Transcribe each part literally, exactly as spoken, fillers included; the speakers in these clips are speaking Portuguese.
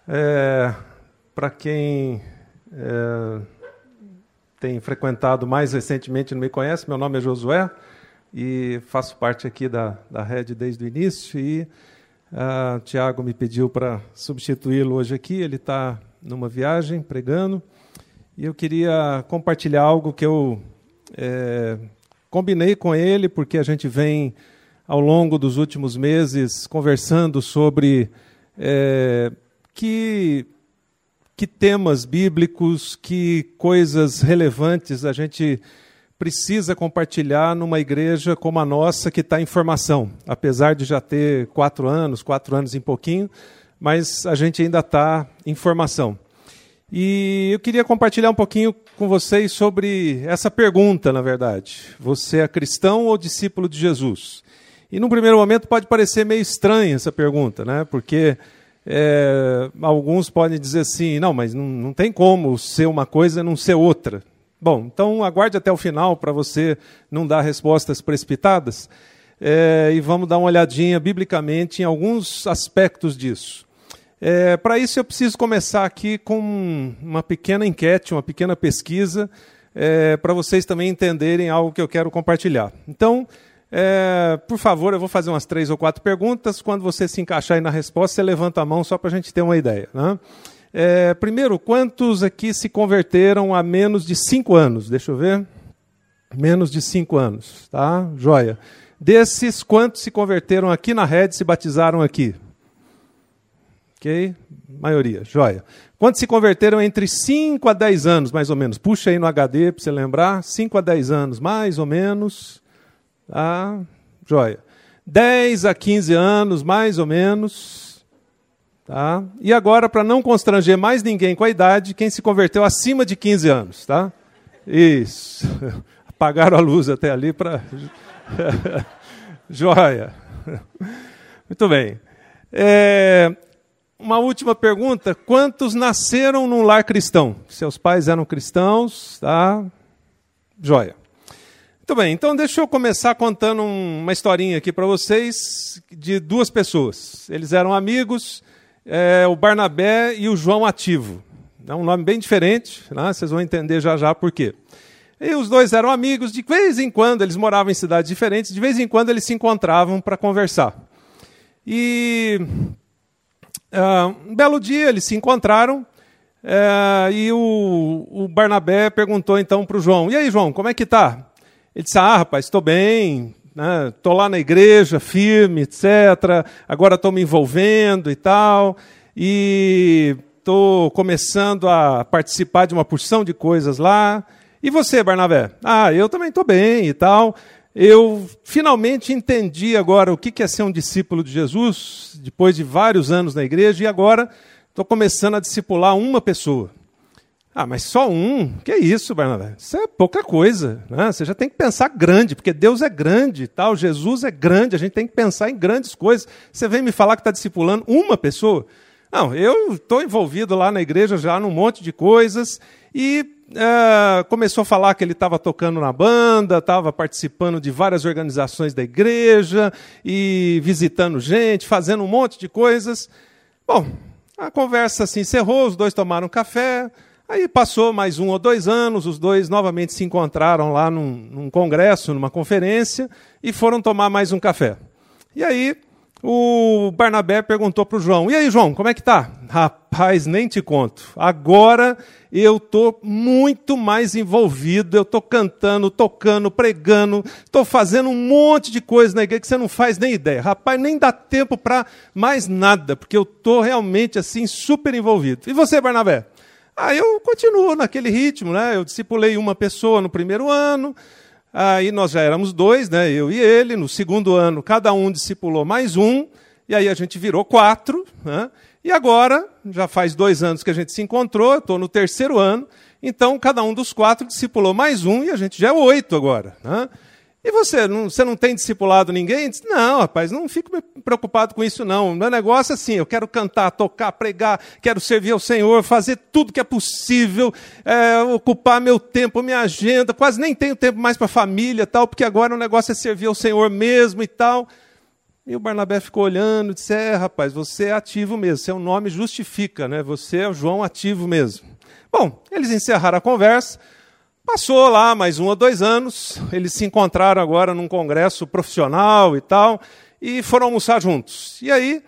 É, para quem é, tem frequentado mais recentemente e não me conhece, meu nome é Josué e faço parte aqui da, da rede desde o início e o Tiago me pediu para substituí-lo hoje aqui. Ele está numa viagem pregando e eu queria compartilhar algo que eu é, combinei com ele, porque a gente vem ao longo dos últimos meses conversando sobre é, que, que temas bíblicos, que coisas relevantes a gente precisa compartilhar numa igreja como a nossa, que está em formação. Apesar de já ter quatro anos, quatro anos e pouquinho, mas a gente ainda está em formação. E eu queria compartilhar um pouquinho com vocês sobre essa pergunta, na verdade. Você é cristão ou discípulo de Jesus? E num primeiro momento pode parecer meio estranha essa pergunta, né? Porque é, alguns podem dizer assim, não, mas não, não tem como ser uma coisa e não ser outra. Bom, então aguarde até o final para você não dar respostas precipitadas é, e vamos dar uma olhadinha biblicamente em alguns aspectos disso. É, para isso eu preciso começar aqui com uma pequena enquete, uma pequena pesquisa, é, para vocês também entenderem algo que eu quero compartilhar. Então, é, por favor, eu vou fazer umas três ou quatro perguntas. Quando você se encaixar aí na resposta, você levanta a mão só para a gente ter uma ideia, né? É, primeiro, quantos aqui se converteram há menos de cinco anos? Deixa eu ver. Menos de cinco anos, tá? Joia. Desses, quantos se converteram aqui na rede, se batizaram aqui? Ok? Maioria, joia. Quantos se converteram entre cinco a dez anos, mais ou menos? Puxa aí no H D para você lembrar. cinco a dez anos, mais ou menos. Tá? Joia. dez a quinze anos, mais ou menos. Tá? E agora, para não constranger mais ninguém com a idade, quem se converteu acima de quinze anos, tá? Isso. Apagaram a luz até ali para... Joia. Muito bem. É... Uma última pergunta. Quantos nasceram num lar cristão? Seus pais eram cristãos, tá? Joia. Muito bem, então deixa eu começar contando uma historinha aqui para vocês de duas pessoas. Eles eram amigos... É, o Barnabé e o João Ativo. É um nome bem diferente, né? Vocês vão entender já já por quê. E os dois eram amigos, de vez em quando, eles moravam em cidades diferentes, de vez em quando eles se encontravam para conversar. E uh, um belo dia eles se encontraram, uh, e o, o Barnabé perguntou então para o João, e aí João, como é que tá? Ele disse, ah rapaz, estou bem... Estou lá na igreja, firme, etcétera. Agora estou me envolvendo e tal. E estou começando a participar de uma porção de coisas lá. E você, Barnabé? Ah, eu também estou bem e tal. Eu finalmente entendi agora o que é ser um discípulo de Jesus, depois de vários anos na igreja, e agora estou começando a discipular uma pessoa. Ah, mas só um? Que é isso, Barnabé? Isso é pouca coisa, né? Você já tem que pensar grande, porque Deus é grande e tal, Jesus é grande, a gente tem que pensar em grandes coisas. Você vem me falar que está discipulando uma pessoa? Não, eu estou envolvido lá na igreja já num monte de coisas e uh, começou a falar que ele estava tocando na banda, estava participando de várias organizações da igreja e visitando gente, fazendo um monte de coisas. Bom, a conversa se encerrou, os dois tomaram café. Aí passou mais um ou dois anos, os dois novamente se encontraram lá num, num congresso, numa conferência, e foram tomar mais um café. E aí o Barnabé perguntou para o João, e aí João, como é que tá? Rapaz, nem te conto. Agora eu estou muito mais envolvido, eu estou cantando, tocando, pregando, estou fazendo um monte de coisa na igreja que você não faz nem ideia. Rapaz, nem dá tempo para mais nada, porque eu estou realmente assim super envolvido. E você, Barnabé? Aí eu continuo naquele ritmo, né? Eu discipulei uma pessoa no primeiro ano, aí nós já éramos dois, né? Eu e ele. No segundo ano, cada um discipulou mais um, e aí a gente virou quatro, né? E agora, já faz dois anos que a gente se encontrou, eu estou no terceiro ano, então cada um dos quatro discipulou mais um, e a gente já é oito agora, né? E você, não, você não tem discipulado ninguém? Diz, não, rapaz, não fico preocupado com isso, não. O meu negócio é assim, eu quero cantar, tocar, pregar, quero servir ao Senhor, fazer tudo que é possível, é, ocupar meu tempo, minha agenda, quase nem tenho tempo mais para a família, tal, porque agora o negócio é servir ao Senhor mesmo e tal. E o Barnabé ficou olhando e disse, é, rapaz, você é ativo mesmo, seu nome justifica, né? Você é o João ativo mesmo. Bom, eles encerraram a conversa, passou lá mais um ou dois anos, eles se encontraram agora num congresso profissional e tal, e foram almoçar juntos. E aí,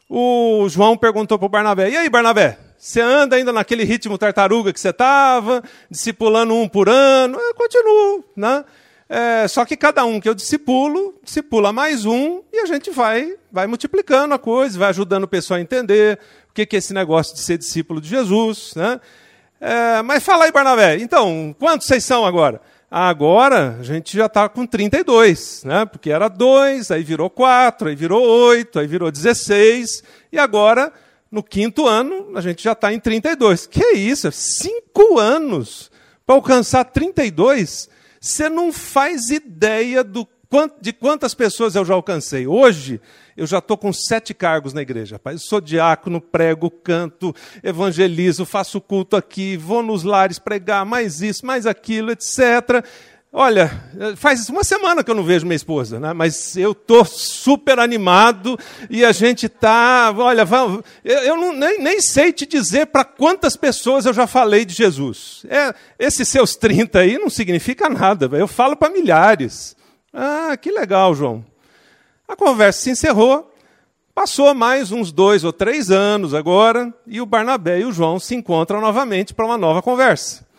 o João perguntou para o Barnabé, e aí, Barnabé, você anda ainda naquele ritmo tartaruga que você estava, discipulando um por ano? Eu continuo, né? É, só que cada um que eu discipulo, discipula mais um, e a gente vai, vai multiplicando a coisa, vai ajudando o pessoal a entender o que, que é esse negócio de ser discípulo de Jesus, né? É, mas fala aí, Barnabé, então, quantos vocês são agora? Agora a gente já está com trinta e dois, né? Porque era dois, aí virou quatro, aí virou oito, aí virou dezesseis, e agora, no quinto ano, a gente já está em trinta e dois. Que isso? Cinco anos para alcançar trinta e dois? Você não faz ideia do quant, de quantas pessoas eu já alcancei. Hoje, eu já estou com sete cargos na igreja. Rapaz. Eu sou diácono, prego, canto, evangelizo, faço culto aqui, vou nos lares pregar, mais isso, mais aquilo, etcétera. Olha, faz uma semana que eu não vejo minha esposa, né? Mas eu estou super animado e a gente está... Olha, vamos, eu, eu não, nem, nem sei te dizer para quantas pessoas eu já falei de Jesus. É, esses seus trinta aí não significa nada, eu falo para milhares. Ah, que legal, João. A conversa se encerrou, passou mais uns dois ou três anos agora, e o Barnabé e o João se encontram novamente para uma nova conversa.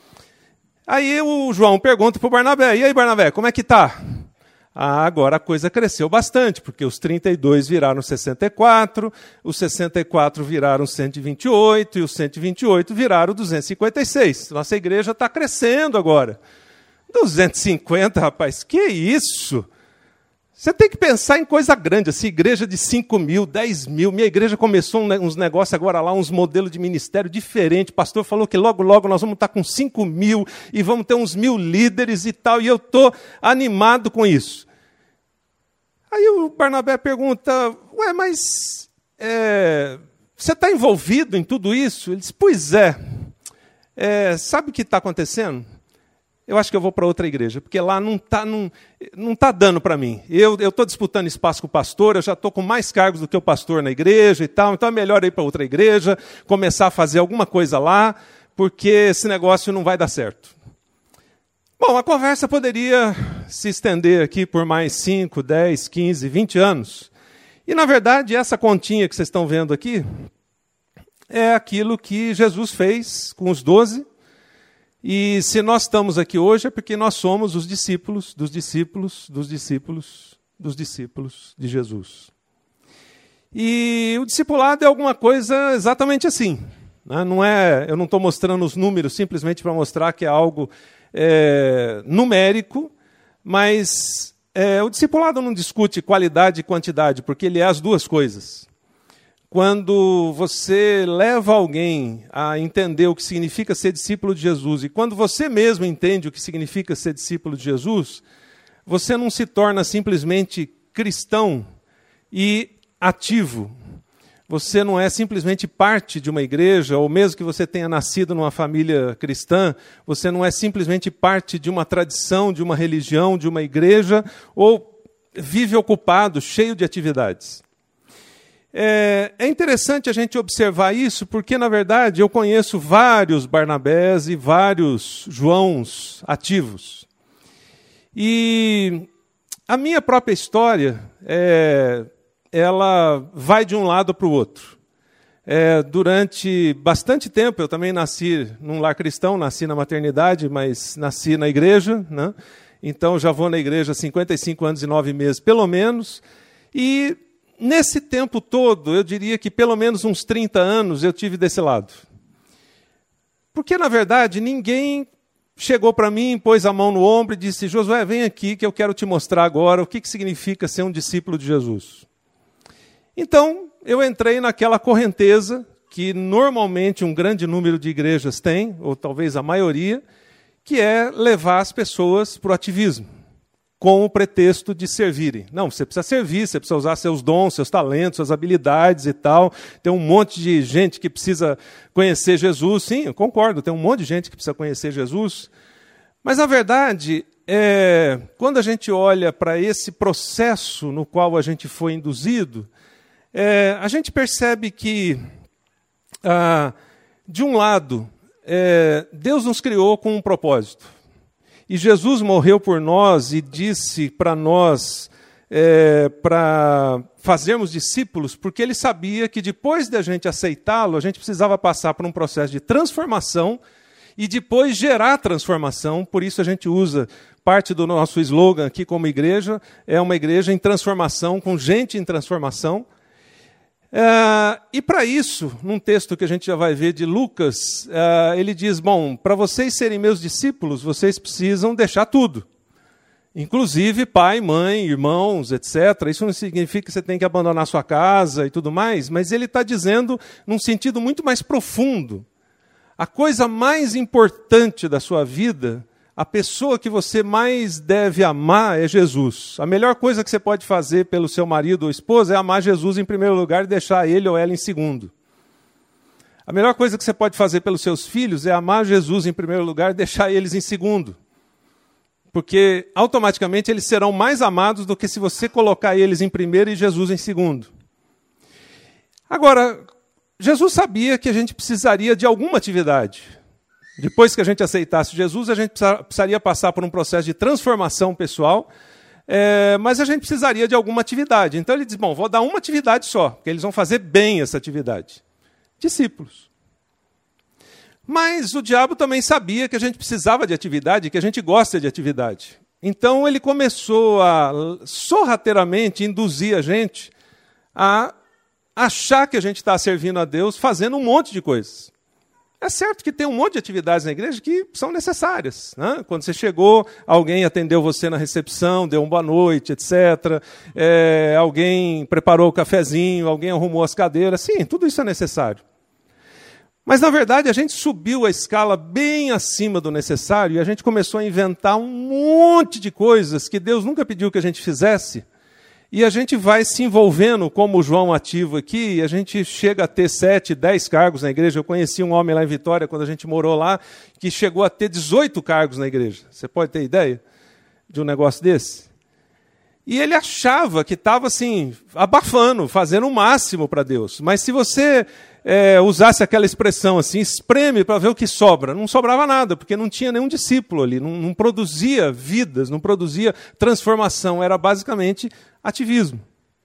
Aí o João pergunta para o Barnabé, e aí, Barnabé, como é que está? Ah, agora a coisa cresceu bastante, porque os trinta e dois viraram sessenta e quatro, os sessenta e quatro viraram cento e vinte e oito, e os cento e vinte e oito viraram duzentos e cinquenta e seis. Nossa igreja está crescendo agora. duzentos e cinquenta, rapaz, que isso? Você tem que pensar em coisa grande, assim, igreja de cinco mil, dez mil. Minha igreja começou uns negócios agora lá, uns modelos de ministério diferentes. O pastor falou que logo, logo nós vamos estar com cinco mil e vamos ter uns mil líderes e tal. E eu estou animado com isso. Aí o Barnabé pergunta, ué, mas é, você está envolvido em tudo isso? Ele diz, pois é. é sabe o que está acontecendo? Eu acho que eu vou para outra igreja, porque lá não está não, não tá dando para mim. Eu estou disputando espaço com o pastor, eu já estou com mais cargos do que o pastor na igreja e tal, então é melhor ir para outra igreja, começar a fazer alguma coisa lá, porque esse negócio não vai dar certo. Bom, a conversa poderia se estender aqui por mais cinco, dez, quinze, vinte anos. E, na verdade, essa continha que vocês estão vendo aqui é aquilo que Jesus fez com os doze. E se nós estamos aqui hoje é porque nós somos os discípulos dos discípulos dos discípulos dos discípulos de Jesus. E o discipulado é alguma coisa exatamente assim. Né? Não é, eu não estou mostrando os números simplesmente para mostrar que é algo é, numérico, mas é, o discipulado não discute qualidade e quantidade, porque ele é as duas coisas. Quando você leva alguém a entender o que significa ser discípulo de Jesus, e quando você mesmo entende o que significa ser discípulo de Jesus, você não se torna simplesmente cristão e ativo. Você não é simplesmente parte de uma igreja, ou mesmo que você tenha nascido numa família cristã, você não é simplesmente parte de uma tradição, de uma religião, de uma igreja, ou vive ocupado, cheio de atividades. É, é interessante a gente observar isso, porque, na verdade, eu conheço vários Barnabés e vários Joãos ativos. E a minha própria história, é, ela vai de um lado para o outro. É, durante bastante tempo, eu também nasci num lar cristão, nasci na maternidade, mas nasci na igreja, né? Então já vou na igreja há cinquenta e cinco anos e nove meses, pelo menos, e nesse tempo todo, eu diria que pelo menos uns trinta anos eu tive desse lado. Porque, na verdade, ninguém chegou para mim, pôs a mão no ombro e disse, Josué, vem aqui que eu quero te mostrar agora o que, que significa ser um discípulo de Jesus. Então, eu entrei naquela correnteza que normalmente um grande número de igrejas tem, ou talvez a maioria, que é levar as pessoas para o ativismo, com o pretexto de servirem. Não, você precisa servir, você precisa usar seus dons, seus talentos, suas habilidades e tal. Tem um monte de gente que precisa conhecer Jesus. Sim, eu concordo, tem um monte de gente que precisa conhecer Jesus. Mas, na verdade, é, quando a gente olha para esse processo no qual a gente foi induzido, é, a gente percebe que, ah, de um lado, é, Deus nos criou com um propósito. E Jesus morreu por nós e disse para nós, é, para fazermos discípulos, porque ele sabia que depois de a gente aceitá-lo, a gente precisava passar por um processo de transformação e depois gerar transformação. Por isso a gente usa parte do nosso slogan aqui como igreja, é uma igreja em transformação, com gente em transformação. É, e para isso, num texto que a gente já vai ver de Lucas, é, ele diz, bom, para vocês serem meus discípulos, vocês precisam deixar tudo. Inclusive pai, mãe, irmãos, etcétera. Isso não significa que você tem que abandonar sua casa e tudo mais, mas ele está dizendo num sentido muito mais profundo. A coisa mais importante da sua vida, a pessoa que você mais deve amar é Jesus. A melhor coisa que você pode fazer pelo seu marido ou esposa é amar Jesus em primeiro lugar e deixar ele ou ela em segundo. A melhor coisa que você pode fazer pelos seus filhos é amar Jesus em primeiro lugar e deixar eles em segundo. Porque automaticamente eles serão mais amados do que se você colocar eles em primeiro e Jesus em segundo. Agora, Jesus sabia que a gente precisaria de alguma atividade. Depois que a gente aceitasse Jesus, a gente precisaria passar por um processo de transformação pessoal, é, mas a gente precisaria de alguma atividade. Então ele diz, bom, vou dar uma atividade só, porque eles vão fazer bem essa atividade. Discípulos. Mas o diabo também sabia que a gente precisava de atividade, que a gente gosta de atividade. Então ele começou a sorrateiramente induzir a gente a achar que a gente está servindo a Deus fazendo um monte de coisas. É certo que tem um monte de atividades na igreja que são necessárias, né? Quando você chegou, alguém atendeu você na recepção, deu uma boa noite, etcétera. É, alguém preparou o cafezinho, alguém arrumou as cadeiras. Sim, tudo isso é necessário. Mas, na verdade, a gente subiu a escala bem acima do necessário e a gente começou a inventar um monte de coisas que Deus nunca pediu que a gente fizesse. E a gente vai se envolvendo, como o João ativo aqui, e a gente chega a ter sete, dez cargos na igreja. Eu conheci um homem lá em Vitória, quando a gente morou lá, que chegou a ter dezoito cargos na igreja. Você pode ter ideia de um negócio desse? E ele achava que estava assim, abafando, fazendo o máximo para Deus. Mas se você é, usasse aquela expressão assim, espreme para ver o que sobra, não sobrava nada, porque não tinha nenhum discípulo ali, não, não produzia vidas, não produzia transformação, era basicamente ativismo.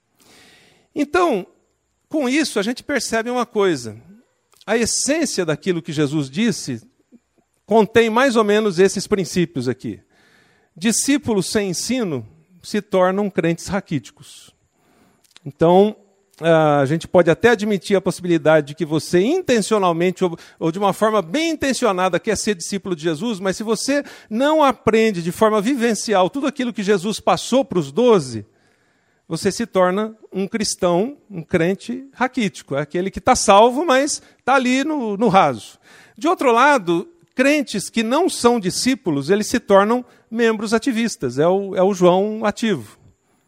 Então, com isso, a gente percebe uma coisa. A essência daquilo que Jesus disse contém mais ou menos esses princípios aqui. Discípulos sem ensino se tornam crentes raquíticos. Então, a gente pode até admitir a possibilidade de que você intencionalmente ou, ou de uma forma bem intencionada quer ser discípulo de Jesus, mas se você não aprende de forma vivencial tudo aquilo que Jesus passou para os doze, você se torna um cristão, um crente raquítico. É aquele que está salvo, mas está ali no, no raso. De outro lado, crentes que não são discípulos, eles se tornam membros ativistas. É o, é o João ativo.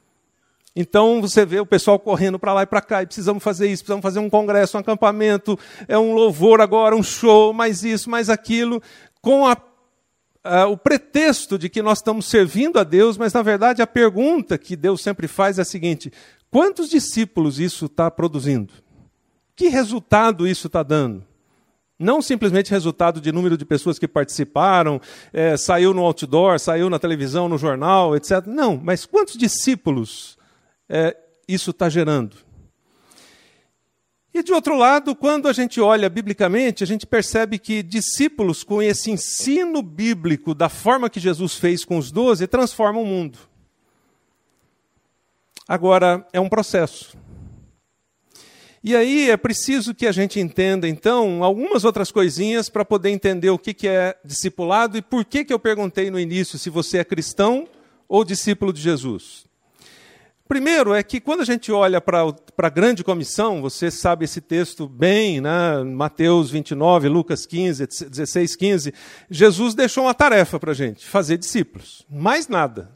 Então você vê o pessoal correndo para lá e para cá, e precisamos fazer isso, precisamos fazer um congresso, um acampamento, é um louvor agora, um show, mais isso, mais aquilo, com a Uh, o pretexto de que nós estamos servindo a Deus, mas na verdade a pergunta que Deus sempre faz é a seguinte: quantos discípulos isso está produzindo? Que resultado isso está dando? Não simplesmente resultado de número de pessoas que participaram, é, saiu no outdoor, saiu na televisão, no jornal, etcétera. Não, mas quantos discípulos é, isso está gerando? E, de outro lado, quando a gente olha biblicamente, a gente percebe que discípulos com esse ensino bíblico da forma que Jesus fez com os doze transformam o mundo. Agora, é um processo. E aí é preciso que a gente entenda, então, algumas outras coisinhas para poder entender o que é discipulado e por que que eu perguntei no início se você é cristão ou discípulo de Jesus. Primeiro é que quando a gente olha para a grande comissão, você sabe esse texto bem, né? Mateus vinte e nove, Lucas quinze, dezesseis, quinze, Jesus deixou uma tarefa para a gente, fazer discípulos. Mais nada.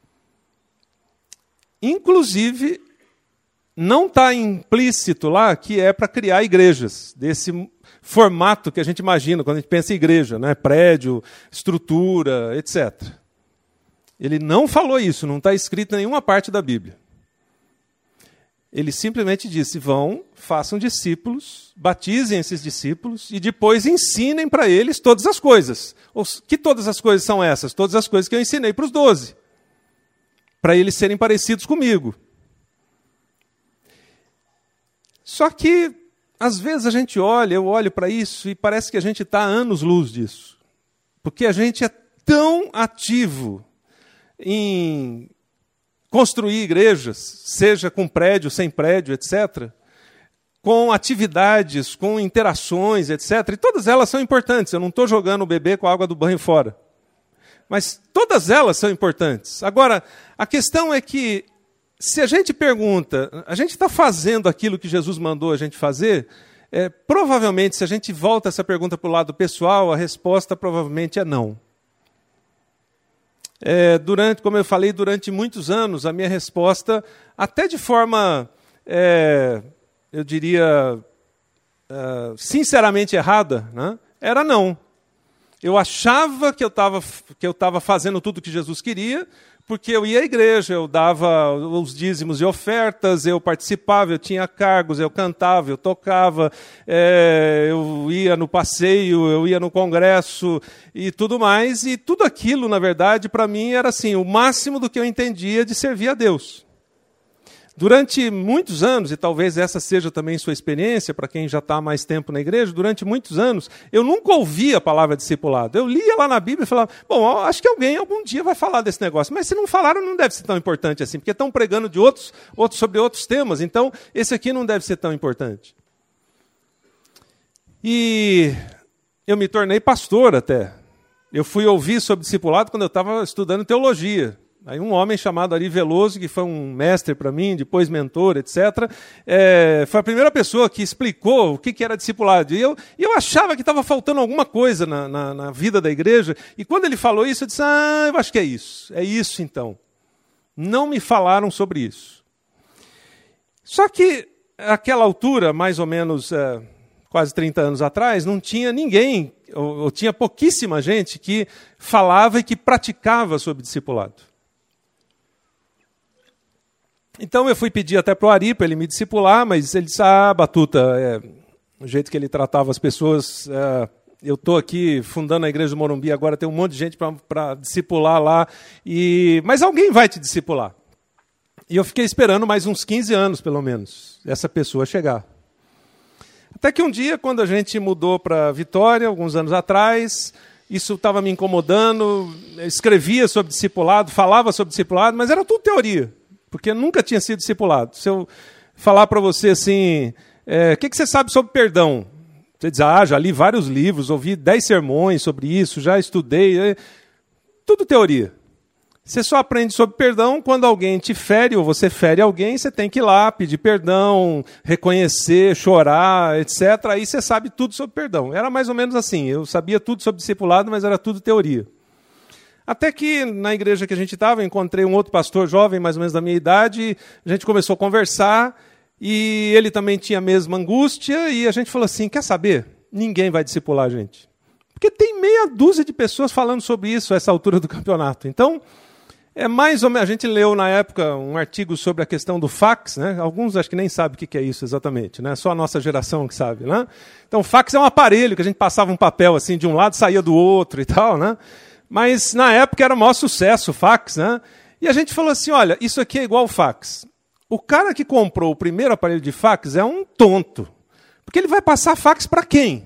Inclusive, não está implícito lá que é para criar igrejas, desse formato que a gente imagina quando a gente pensa em igreja, né? Prédio, estrutura, etcétera. Ele não falou isso, não está escrito em nenhuma parte da Bíblia. Ele simplesmente disse, vão, façam discípulos, batizem esses discípulos e depois ensinem para eles todas as coisas. Que todas as coisas são essas? Todas as coisas que eu ensinei para os doze. Para eles serem parecidos comigo. Só que, às vezes a gente olha, eu olho para isso e parece que a gente está a anos-luz disso. Porque a gente é tão ativo em construir igrejas, seja com prédio, sem prédio, etcétera, com atividades, com interações, etcétera. E todas elas são importantes. Eu não estou jogando o bebê com a água do banho fora. Mas todas elas são importantes. Agora, a questão é que, se a gente pergunta, a gente está fazendo aquilo que Jesus mandou a gente fazer? É, provavelmente, se a gente volta essa pergunta para o lado pessoal, a resposta provavelmente é não. É, durante, como eu falei, durante muitos anos, a minha resposta, até de forma, é, eu diria, é, sinceramente errada, né, era não. Eu achava que eu estava que eu estava fazendo tudo o que Jesus queria, porque eu ia à igreja, eu dava os dízimos e ofertas, eu participava, eu tinha cargos, eu cantava, eu tocava, é, eu ia no passeio, eu ia no congresso e tudo mais. E tudo aquilo, na verdade, para mim era assim, o máximo do que eu entendia de servir a Deus. Durante muitos anos, e talvez essa seja também sua experiência, para quem já está há mais tempo na igreja, durante muitos anos, eu nunca ouvia a palavra discipulado. Eu lia lá na Bíblia e falava, bom, acho que alguém algum dia vai falar desse negócio. Mas se não falaram, não deve ser tão importante assim, porque estão pregando de outros, outros, sobre outros temas, então esse aqui não deve ser tão importante. E eu me tornei pastor até. Eu fui ouvir sobre discipulado quando eu estava estudando teologia. Aí um homem chamado Ari Veloso, que foi um mestre para mim, depois mentor, etcétera, é, foi a primeira pessoa que explicou o que, que era discipulado. E eu, eu achava que estava faltando alguma coisa na, na, na vida da igreja. E quando ele falou isso, eu disse, ah, eu acho que é isso. É isso, então. Não me falaram sobre isso. Só que, àquela altura, mais ou menos é, quase trinta anos atrás, não tinha ninguém, ou, ou tinha pouquíssima gente que falava e que praticava sobre discipulado. Então eu fui pedir até para o Ari para ele me discipular, mas ele disse, ah, Batuta, é, o jeito que ele tratava as pessoas, é, eu estou aqui fundando a igreja do Morumbi, agora tem um monte de gente para discipular lá, e, mas alguém vai te discipular. E eu fiquei esperando mais uns quinze anos, pelo menos, essa pessoa chegar. Até que um dia, quando a gente mudou para Vitória, alguns anos atrás, isso estava me incomodando, eu escrevia sobre discipulado, falava sobre discipulado, mas era tudo teoria. Porque nunca tinha sido discipulado. Se eu falar para você assim, é, o que, que você sabe sobre perdão? Você diz, ah, já li vários livros, ouvi dez sermões sobre isso, já estudei. É, tudo teoria. Você só aprende sobre perdão quando alguém te fere, ou você fere alguém, você tem que ir lá pedir perdão, reconhecer, chorar, etcétera. Aí você sabe tudo sobre perdão. Era mais ou menos assim, eu sabia tudo sobre discipulado, mas era tudo teoria. Até que, na igreja que a gente estava, encontrei um outro pastor jovem, mais ou menos da minha idade, a gente começou a conversar, e ele também tinha a mesma angústia, e a gente falou assim, quer saber? Ninguém vai discipular a gente. Porque tem meia dúzia de pessoas falando sobre isso a essa altura do campeonato. Então, é mais ou menos, a gente leu na época um artigo sobre a questão do fax, né? Alguns acho que nem sabem o que é isso exatamente, né? Só a nossa geração que sabe, né? Então, fax é um aparelho que a gente passava um papel assim de um lado, saía do outro e tal, né? Mas, na época, era o maior sucesso o fax, né? E a gente falou assim, olha, isso aqui é igual ao fax. O cara que comprou o primeiro aparelho de fax é um tonto. Porque ele vai passar fax para quem?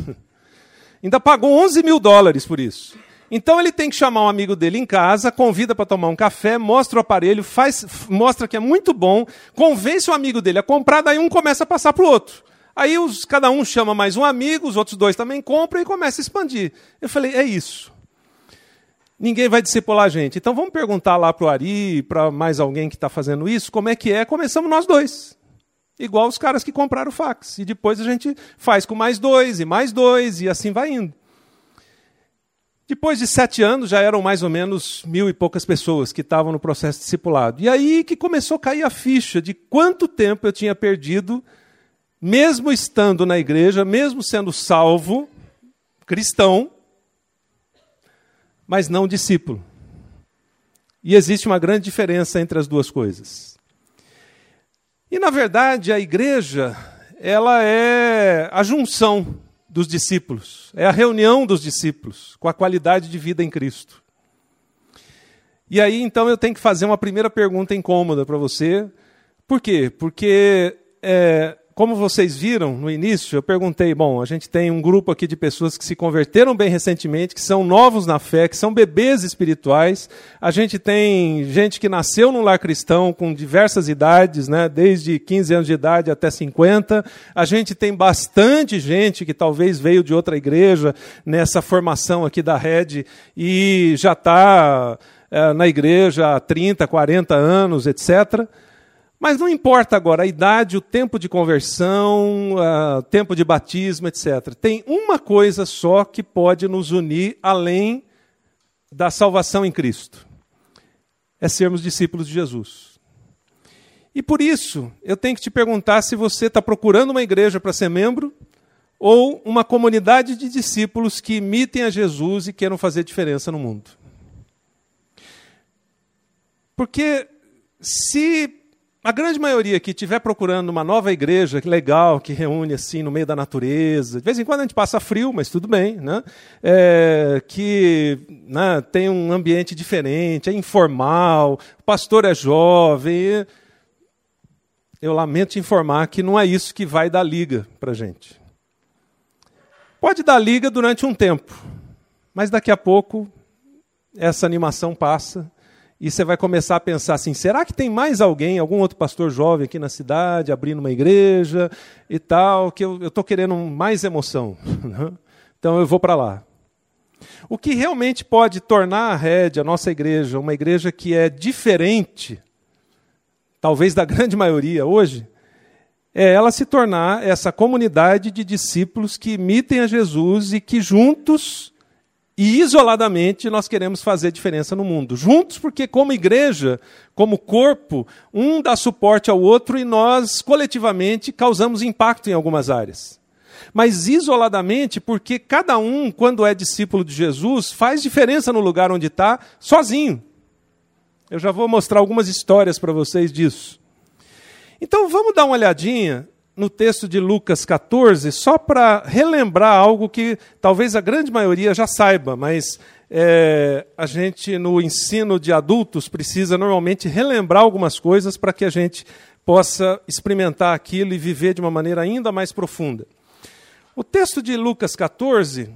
Ainda pagou onze mil dólares por isso. Então, ele tem que chamar um amigo dele em casa, convida para tomar um café, mostra o aparelho, faz, mostra que é muito bom, convence o amigo dele a comprar, daí um começa a passar para o outro. Aí os, cada um chama mais um amigo, os outros dois também compram e começa a expandir. Eu falei, é isso. Ninguém vai discipular a gente. Então vamos perguntar lá para o Ari, para mais alguém que está fazendo isso, como é que é? Começamos nós dois. Igual os caras que compraram o fax. E depois a gente faz com mais dois, e mais dois, e assim vai indo. Depois de sete anos, já eram mais ou menos mil e poucas pessoas que estavam no processo discipulado. E aí que começou a cair a ficha de quanto tempo eu tinha perdido, mesmo estando na igreja, mesmo sendo salvo, cristão, mas não discípulo. E existe uma grande diferença entre as duas coisas. E, na verdade, a igreja, ela é a junção dos discípulos, é a reunião dos discípulos com a qualidade de vida em Cristo. E aí, então, eu tenho que fazer uma primeira pergunta incômoda para você. Por quê? Porque, é, como vocês viram no início, eu perguntei, bom, a gente tem um grupo aqui de pessoas que se converteram bem recentemente, que são novos na fé, que são bebês espirituais. A gente tem gente que nasceu num lar cristão com diversas idades, né, desde quinze anos de idade até cinquenta. A gente tem bastante gente que talvez veio de outra igreja nessa formação aqui da Rede e já está é, na igreja há trinta, quarenta anos, etcétera. Mas não importa agora a idade, o tempo de conversão, o tempo de batismo, etcétera. Tem uma coisa só que pode nos unir além da salvação em Cristo. É sermos discípulos de Jesus. E por isso, eu tenho que te perguntar se você está procurando uma igreja para ser membro ou uma comunidade de discípulos que imitem a Jesus e queiram fazer diferença no mundo. Porque se a grande maioria que estiver procurando uma nova igreja, que legal, que reúne assim no meio da natureza, de vez em quando a gente passa frio, mas tudo bem, né? É, que né, tem um ambiente diferente, é informal, o pastor é jovem. Eu lamento te informar que não é isso que vai dar liga para a gente. Pode dar liga durante um tempo, mas daqui a pouco essa animação passa. E você vai começar a pensar assim, será que tem mais alguém, algum outro pastor jovem aqui na cidade, abrindo uma igreja e tal, que eu estou querendo mais emoção. Então eu vou para lá. O que realmente pode tornar a Rede, a nossa igreja, uma igreja que é diferente, talvez da grande maioria hoje, é ela se tornar essa comunidade de discípulos que imitem a Jesus e que juntos e isoladamente nós queremos fazer diferença no mundo. Juntos porque como igreja, como corpo, um dá suporte ao outro e nós coletivamente causamos impacto em algumas áreas. Mas isoladamente porque cada um, quando é discípulo de Jesus, faz diferença no lugar onde está, sozinho. Eu já vou mostrar algumas histórias para vocês disso. Então vamos dar uma olhadinha no texto de Lucas catorze, só para relembrar algo que talvez a grande maioria já saiba, mas é, a gente, no ensino de adultos, precisa normalmente relembrar algumas coisas para que a gente possa experimentar aquilo e viver de uma maneira ainda mais profunda. O texto de Lucas catorze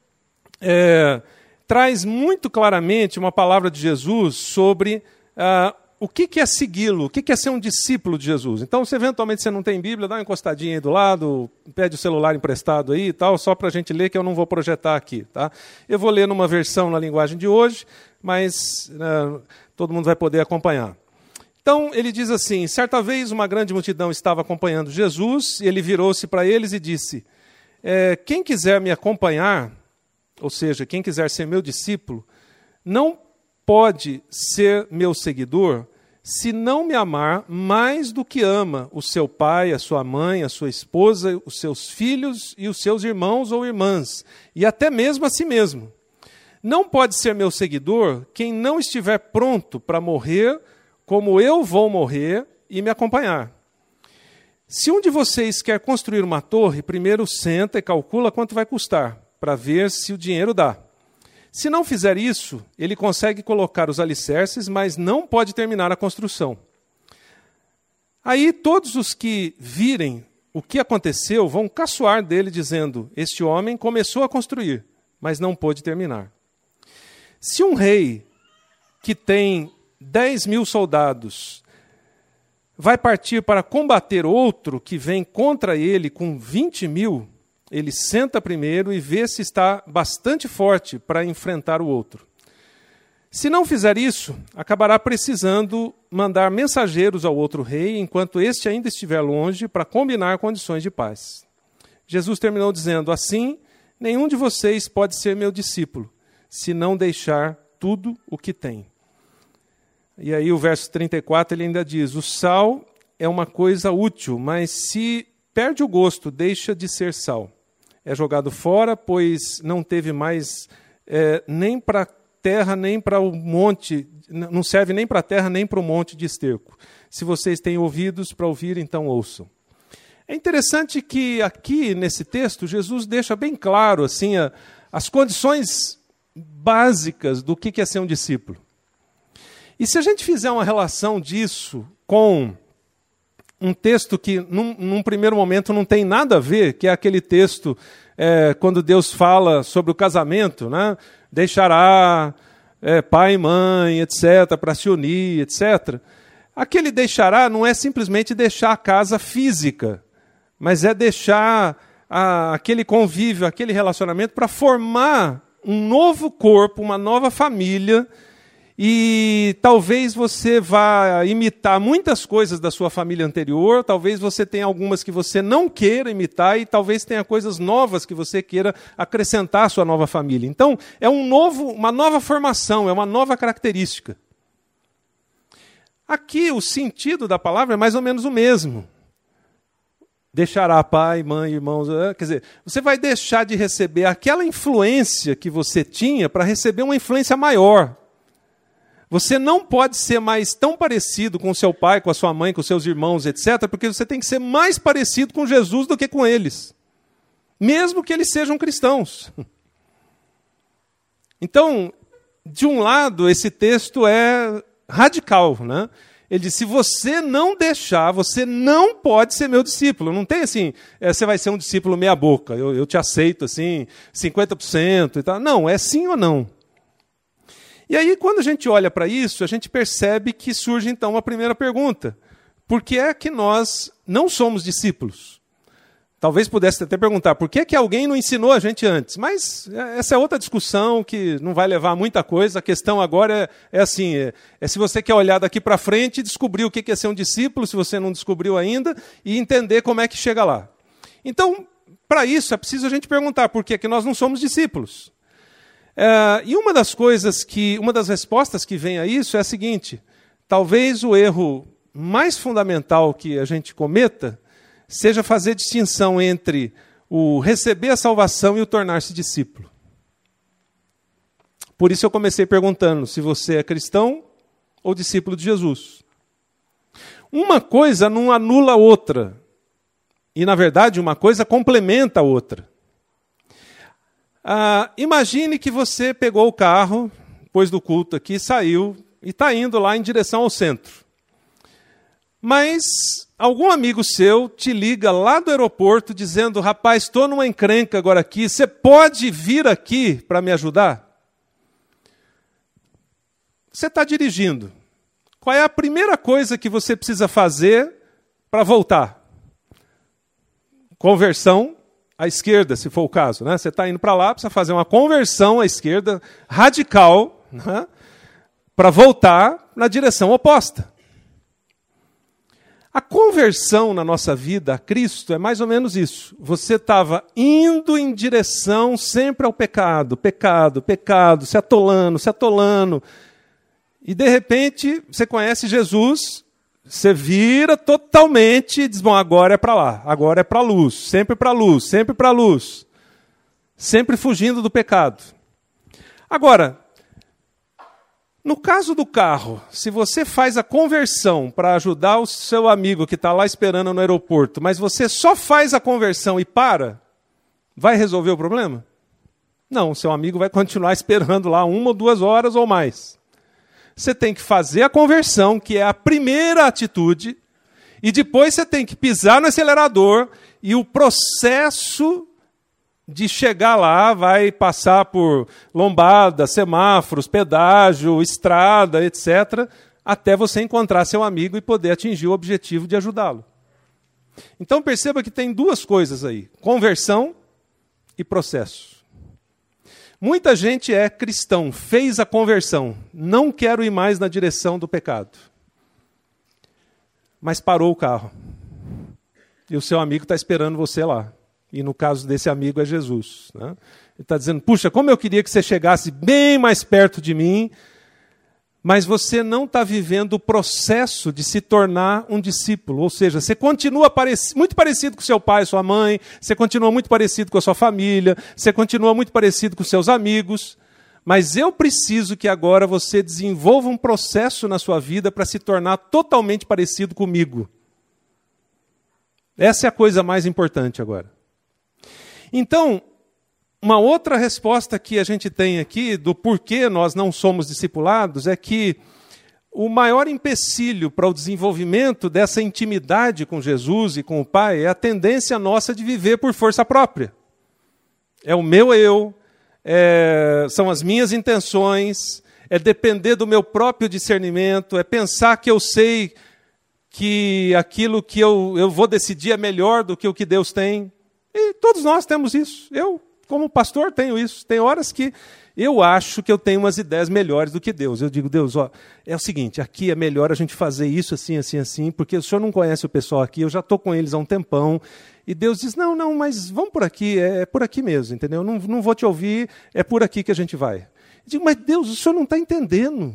é, traz muito claramente uma palavra de Jesus sobre Ah, o que, que é segui-lo? O que, que é ser um discípulo de Jesus? Então, se eventualmente você não tem Bíblia, dá uma encostadinha aí do lado, pede o celular emprestado aí e tal, só para a gente ler, que eu não vou projetar aqui. Tá? Eu vou ler numa versão na linguagem de hoje, mas uh, todo mundo vai poder acompanhar. Então, ele diz assim, certa vez uma grande multidão estava acompanhando Jesus, e ele virou-se para eles e disse, é, quem quiser me acompanhar, ou seja, quem quiser ser meu discípulo, não pode ser meu seguidor se não me amar mais do que ama o seu pai, a sua mãe, a sua esposa, os seus filhos e os seus irmãos ou irmãs, e até mesmo a si mesmo. Não pode ser meu seguidor quem não estiver pronto para morrer como eu vou morrer e me acompanhar. Se um de vocês quer construir uma torre, primeiro senta e calcula quanto vai custar, para ver se o dinheiro dá. Se não fizer isso, ele consegue colocar os alicerces, mas não pode terminar a construção. Aí todos os que virem o que aconteceu vão caçoar dele, dizendo, este homem começou a construir, mas não pôde terminar. Se um rei que tem dez mil soldados vai partir para combater outro que vem contra ele com vinte mil, ele senta primeiro e vê se está bastante forte para enfrentar o outro. Se não fizer isso, acabará precisando mandar mensageiros ao outro rei, enquanto este ainda estiver longe, para combinar condições de paz. Jesus terminou dizendo, assim, nenhum de vocês pode ser meu discípulo, se não deixar tudo o que tem. E aí o verso trinta e quatro ele ainda diz, o sal é uma coisa útil, mas se perde o gosto, deixa de ser sal. É jogado fora, pois não teve mais é, nem para terra nem para o monte, não serve nem para a terra nem para o monte de esterco. Se vocês têm ouvidos para ouvir, então ouçam. É interessante que aqui nesse texto Jesus deixa bem claro assim a, as condições básicas do que é ser um discípulo. E se a gente fizer uma relação disso com um texto que num, num primeiro momento não tem nada a ver, que é aquele texto é, quando Deus fala sobre o casamento, né? Deixará é, pai e mãe, etcétera, para se unir, etcétera. Aquele deixará não é simplesmente deixar a casa física, mas é deixar a, aquele convívio, aquele relacionamento para formar um novo corpo, uma nova família, e talvez você vá imitar muitas coisas da sua família anterior, talvez você tenha algumas que você não queira imitar, e talvez tenha coisas novas que você queira acrescentar à sua nova família. Então, é um novo, uma nova formação, é uma nova característica. Aqui, o sentido da palavra é mais ou menos o mesmo. Deixará pai, mãe, irmãos. Quer dizer, você vai deixar de receber aquela influência que você tinha para receber uma influência maior. Você não pode ser mais tão parecido com o seu pai, com a sua mãe, com os seus irmãos, etcétera, porque você tem que ser mais parecido com Jesus do que com eles. Mesmo que eles sejam cristãos. Então, de um lado, esse texto é radical, né? Ele diz, se você não deixar, você não pode ser meu discípulo. Não tem assim, é, você vai ser um discípulo meia boca, eu, eu te aceito assim, cinquenta por cento e tal. Não, é sim ou não. E aí, quando a gente olha para isso, a gente percebe que surge então uma primeira pergunta. Por que é que nós não somos discípulos? Talvez pudesse até perguntar, por que é que alguém não ensinou a gente antes? Mas essa é outra discussão que não vai levar a muita coisa. A questão agora é, é assim, é, é se você quer olhar daqui para frente e descobrir o que é ser um discípulo, se você não descobriu ainda, e entender como é que chega lá. Então, para isso, é preciso a gente perguntar por que é que nós não somos discípulos. É, e uma das coisas que, uma das respostas que vem a isso é a seguinte: talvez o erro mais fundamental que a gente cometa seja fazer distinção entre o receber a salvação e o tornar-se discípulo. Por isso eu comecei perguntando se você é cristão ou discípulo de Jesus. Uma coisa não anula a outra. E, na verdade, uma coisa complementa a outra. Ah, imagine que você pegou o carro, depois do culto aqui, saiu e está indo lá em direção ao centro. Mas algum amigo seu te liga lá do aeroporto dizendo, rapaz, estou numa encrenca agora aqui, você pode vir aqui para me ajudar? Você está dirigindo. Qual é a primeira coisa que você precisa fazer para voltar? Conversão à esquerda, se for o caso, né? Você está indo para lá, precisa fazer uma conversão à esquerda radical, né? Para voltar na direção oposta. A conversão na nossa vida a Cristo é mais ou menos isso. Você estava indo em direção sempre ao pecado, pecado, pecado, se atolando, se atolando. E de repente você conhece Jesus, você vira totalmente e diz, bom, agora é para lá, agora é para a luz, sempre para a luz, sempre para a luz. Sempre fugindo do pecado. Agora, no caso do carro, se você faz a conversão para ajudar o seu amigo que está lá esperando no aeroporto, mas você só faz a conversão e para, vai resolver o problema? Não, o seu amigo vai continuar esperando lá uma ou duas horas ou mais. Você tem que fazer a conversão, que é a primeira atitude, e depois você tem que pisar no acelerador, e o processo de chegar lá vai passar por lombada, semáforos, pedágio, estrada, etcétera, até você encontrar seu amigo e poder atingir o objetivo de ajudá-lo. Então perceba que tem duas coisas aí, conversão e processo. Muita gente é cristão, fez a conversão, não quero ir mais na direção do pecado. Mas parou o carro. E o seu amigo está esperando você lá. E no caso desse amigo é Jesus. Né? Ele está dizendo, puxa, como eu queria que você chegasse bem mais perto de mim, mas você não está vivendo o processo de se tornar um discípulo. Ou seja, você continua pareci- muito parecido com seu pai, sua mãe, você continua muito parecido com a sua família, você continua muito parecido com seus amigos, Mas eu preciso que agora você desenvolva um processo na sua vida para se tornar totalmente parecido comigo. Essa é a coisa mais importante agora. Então, uma outra resposta que a gente tem aqui do porquê nós não somos discipulados é que o maior empecilho para o desenvolvimento dessa intimidade com Jesus e com o Pai é a tendência nossa de viver por força própria. É o meu eu, é, são as minhas intenções, é depender do meu próprio discernimento, é pensar que eu sei que aquilo que eu, eu vou decidir é melhor do que o que Deus tem. E todos nós temos isso. Eu, como pastor, tenho isso. Tem horas que eu acho que eu tenho umas ideias melhores do que Deus. Eu digo, Deus, ó, é o seguinte, aqui é melhor a gente fazer isso assim, assim, assim, porque o senhor não conhece o pessoal aqui, eu já estou com eles há um tempão. E Deus diz, não, não, mas vamos por aqui, é, é por aqui mesmo, entendeu? Não, não vou te ouvir, é por aqui que a gente vai. Eu digo, mas Deus, o senhor não está entendendo.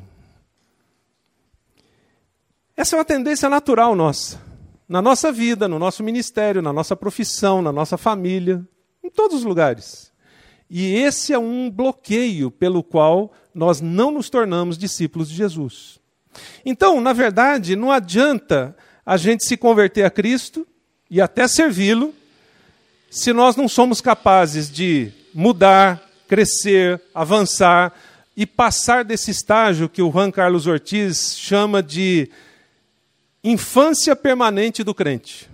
Essa é uma tendência natural nossa, na nossa vida, no nosso ministério, na nossa profissão, na nossa família, em todos os lugares. E esse é um bloqueio pelo qual nós não nos tornamos discípulos de Jesus. Então, na verdade, não adianta a gente se converter a Cristo e até servi-lo, se nós não somos capazes de mudar, crescer, avançar e passar desse estágio que o Juan Carlos Ortiz chama de infância permanente do crente.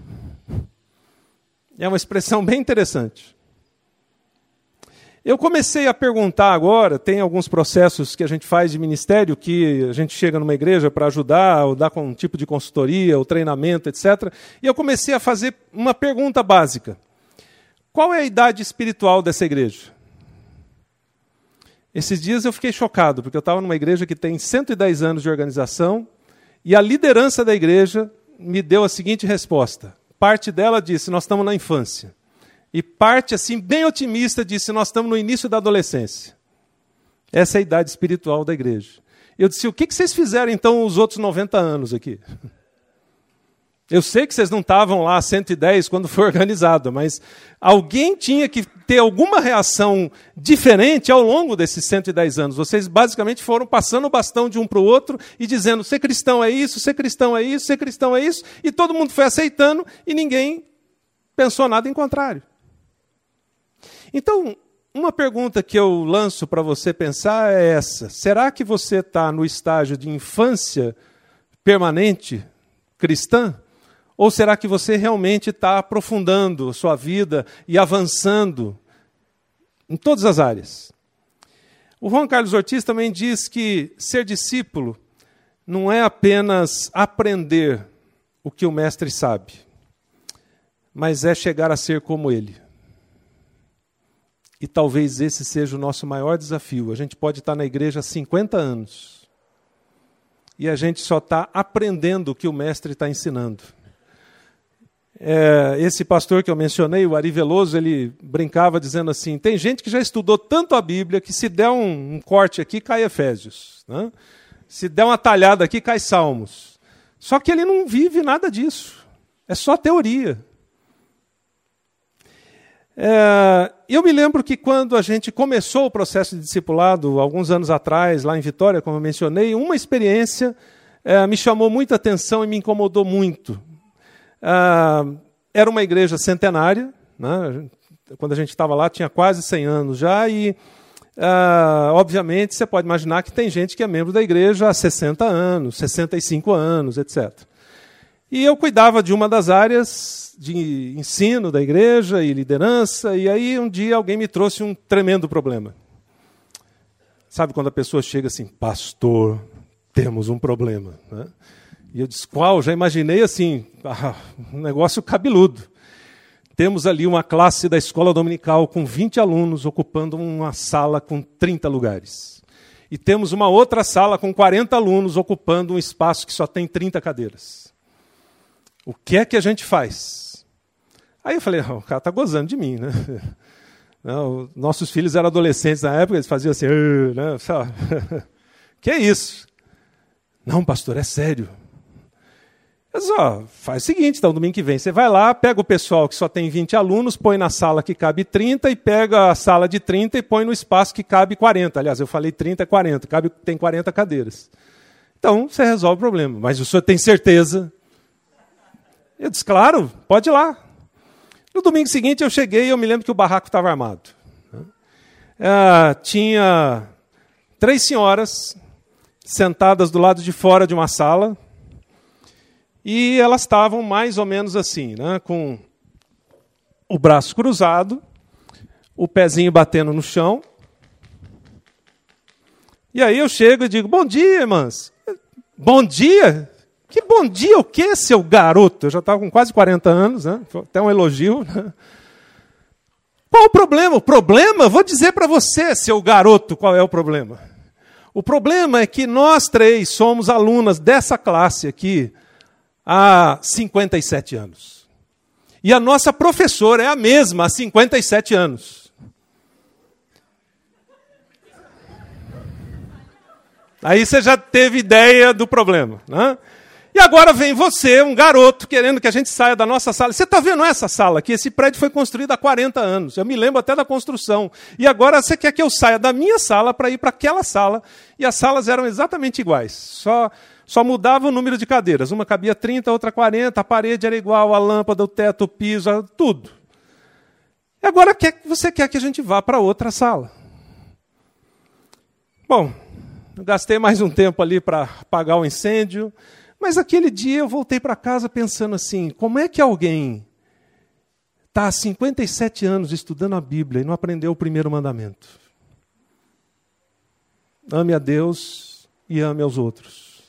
É uma expressão bem interessante. Eu comecei a perguntar agora, tem alguns processos que a gente faz de ministério, que a gente chega numa igreja para ajudar, ou dar com um tipo de consultoria, ou treinamento, etcétera. E eu comecei a fazer uma pergunta básica. Qual é a idade espiritual dessa igreja? Esses dias eu fiquei chocado, porque eu estava numa igreja que tem cento e dez anos de organização, e a liderança da igreja me deu a seguinte resposta. Parte dela disse, nós estamos na infância. E parte, assim, bem otimista, disse, nós estamos no início da adolescência. Essa é a idade espiritual da igreja. Eu disse, o que vocês fizeram, então, os outros noventa anos aqui? Eu sei que vocês não estavam lá cento e dez quando foi organizado, mas alguém tinha que ter alguma reação diferente ao longo desses cento e dez anos. Vocês basicamente foram passando o bastão de um para o outro e dizendo, ser cristão é isso, ser cristão é isso, ser cristão é isso, e todo mundo foi aceitando e ninguém pensou nada em contrário. Então, uma pergunta que eu lanço para você pensar é essa. Será que você está no estágio de infância permanente cristã? Ou será que você realmente está aprofundando a sua vida e avançando em todas as áreas? O Juan Carlos Ortiz também diz que ser discípulo não é apenas aprender o que o mestre sabe, mas é chegar a ser como ele. E talvez esse seja o nosso maior desafio. A gente pode estar na igreja há cinquenta anos e a gente só está aprendendo o que o mestre está ensinando. É, esse pastor que eu mencionei, o Ari Veloso, ele brincava dizendo assim, tem gente que já estudou tanto a Bíblia que se der um, um corte aqui, cai Efésios. Né? Se der uma talhada aqui, cai Salmos. Só que ele não vive nada disso. É só teoria. É, eu me lembro que quando a gente começou o processo de discipulado, alguns anos atrás, lá em Vitória, como eu mencionei, uma experiência é, me chamou muita atenção e me incomodou muito. Ah, era uma igreja centenária, né? Quando a gente estava lá tinha quase cem anos já, e ah, obviamente você pode imaginar que tem gente que é membro da igreja há sessenta anos, sessenta e cinco anos, etcétera. E eu cuidava de uma das áreas de ensino da igreja e liderança, e aí um dia alguém me trouxe um tremendo problema. Sabe quando a pessoa chega assim, pastor, temos um problema, né? E eu disse, qual? Já imaginei assim, ah, um negócio cabeludo. Temos ali uma classe da escola dominical com vinte alunos ocupando uma sala com trinta lugares. E temos uma outra sala com quarenta alunos ocupando um espaço que só tem trinta cadeiras. O que é que a gente faz? Aí eu falei, oh, o cara está gozando de mim, né? Não, nossos filhos eram adolescentes na época, eles faziam assim, né? Que é isso? Não, pastor, é sério. Mas, ó, faz o seguinte, então, domingo que vem, você vai lá, pega o pessoal que só tem vinte alunos, põe na sala que cabe trinta e pega a sala de trinta e põe no espaço que cabe quarenta. Aliás, eu falei trinta é quarenta, cabe, tem quarenta cadeiras. Então, você resolve o problema. Mas o senhor tem certeza? Eu disse, claro, pode ir lá. No domingo seguinte, eu cheguei e eu me lembro que o barraco estava armado. É, tinha três senhoras sentadas do lado de fora de uma sala, e elas estavam mais ou menos assim, né, com o braço cruzado, o pezinho batendo no chão. E aí eu chego e digo, bom dia, irmãs. Bom dia? Que bom dia o quê, seu garoto? Eu já estava com quase quarenta anos, né? Até um elogio. Né? Qual o problema? O problema? Vou dizer para você, seu garoto, qual é o problema. O problema é que nós três somos alunas dessa classe aqui há cinquenta e sete anos. E a nossa professora é a mesma há cinquenta e sete anos. Aí você já teve ideia do problema, né? E agora vem você, um garoto, querendo que a gente saia da nossa sala. Você está vendo essa sala aqui? Esse prédio foi construído há quarenta anos. Eu me lembro até da construção. E agora você quer que eu saia da minha sala para ir para aquela sala. E as salas eram exatamente iguais. Só, só mudava o número de cadeiras. Uma cabia trinta, outra quarenta. A parede era igual, a lâmpada, o teto, o piso, tudo. E agora quer, você quer que a gente vá para outra sala. Bom, eu gastei mais um tempo ali para apagar o incêndio. Mas aquele dia eu voltei para casa pensando assim, como é que alguém está há cinquenta e sete anos estudando a Bíblia e não aprendeu o primeiro mandamento? Ame a Deus e ame aos outros.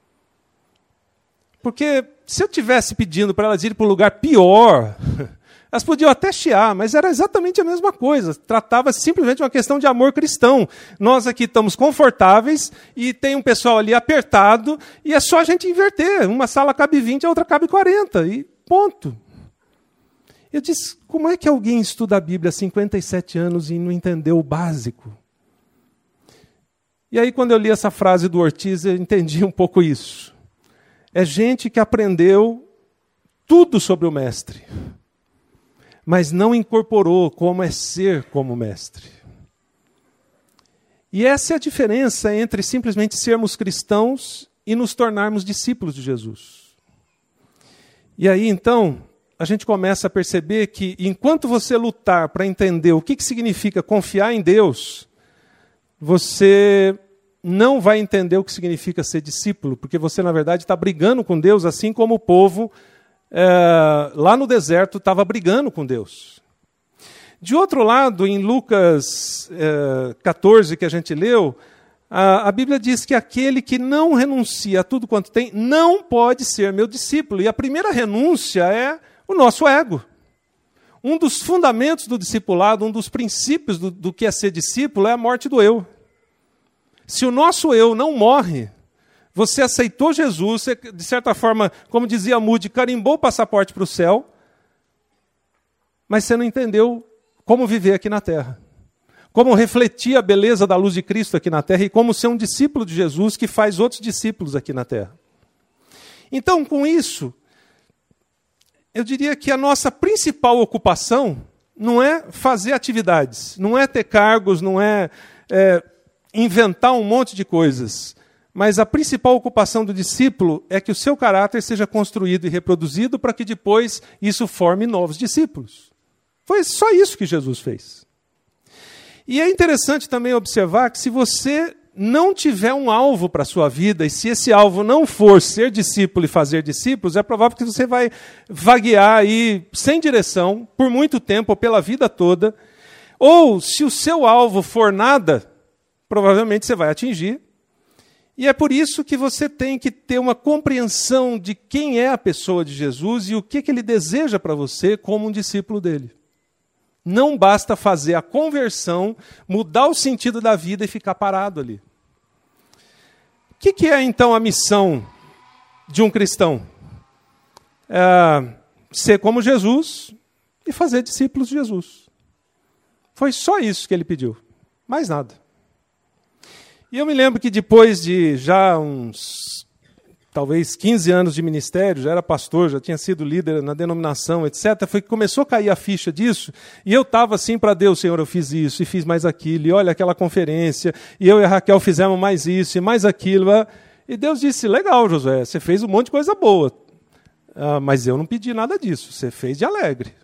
Porque se eu estivesse pedindo para elas irem para um lugar pior, elas podiam até chiar, mas era exatamente a mesma coisa. Tratava simplesmente de uma questão de amor cristão. Nós aqui estamos confortáveis e tem um pessoal ali apertado e é só a gente inverter. Uma sala cabe vinte, a outra cabe quarenta e ponto. Eu disse, como é que alguém estuda a Bíblia há cinquenta e sete anos e não entendeu o básico? E aí quando eu li essa frase do Ortiz, eu entendi um pouco isso. É gente que aprendeu tudo sobre o mestre, mas não incorporou como é ser como mestre. E essa é a diferença entre simplesmente sermos cristãos e nos tornarmos discípulos de Jesus. E aí, então, a gente começa a perceber que, enquanto você lutar para entender o que, que significa confiar em Deus, você não vai entender o que significa ser discípulo, porque você, na verdade, está brigando com Deus, assim como o povo É, lá no deserto estava brigando com Deus. De outro lado, em Lucas é, catorze, que a gente leu, a, a Bíblia diz que aquele que não renuncia a tudo quanto tem, não pode ser meu discípulo. E a primeira renúncia é o nosso ego. Um dos fundamentos do discipulado, um dos princípios do, do que é ser discípulo é a morte do eu. Se o nosso eu não morre, você aceitou Jesus, você, de certa forma, como dizia Moody, carimbou o passaporte para o céu, mas você não entendeu como viver aqui na terra. Como refletir a beleza da luz de Cristo aqui na terra e como ser um discípulo de Jesus que faz outros discípulos aqui na terra. Então, com isso, eu diria que a nossa principal ocupação não é fazer atividades, não é ter cargos, não é, é inventar um monte de coisas. Mas a principal ocupação do discípulo é que o seu caráter seja construído e reproduzido para que depois isso forme novos discípulos. Foi só isso que Jesus fez. E é interessante também observar que se você não tiver um alvo para a sua vida, e se esse alvo não for ser discípulo e fazer discípulos, é provável que você vai vaguear aí sem direção por muito tempo, ou pela vida toda. Ou, se o seu alvo for nada, provavelmente você vai atingir. E é por isso que você tem que ter uma compreensão de quem é a pessoa de Jesus e o que, que ele deseja para você como um discípulo dele. Não basta fazer a conversão, mudar o sentido da vida e ficar parado ali. O que, que é, então, a missão de um cristão? É ser como Jesus e fazer discípulos de Jesus. Foi só isso que ele pediu, mais nada. E eu me lembro que depois de já uns talvez quinze anos de ministério, já era pastor, já tinha sido líder na denominação, etcétera, foi que começou a cair a ficha disso, e eu estava assim para Deus, Senhor, eu fiz isso, e fiz mais aquilo, e olha aquela conferência, e eu e a Raquel fizemos mais isso, e mais aquilo, e Deus disse, legal, Josué, você fez um monte de coisa boa, ah, mas eu não pedi nada disso, você fez de alegre.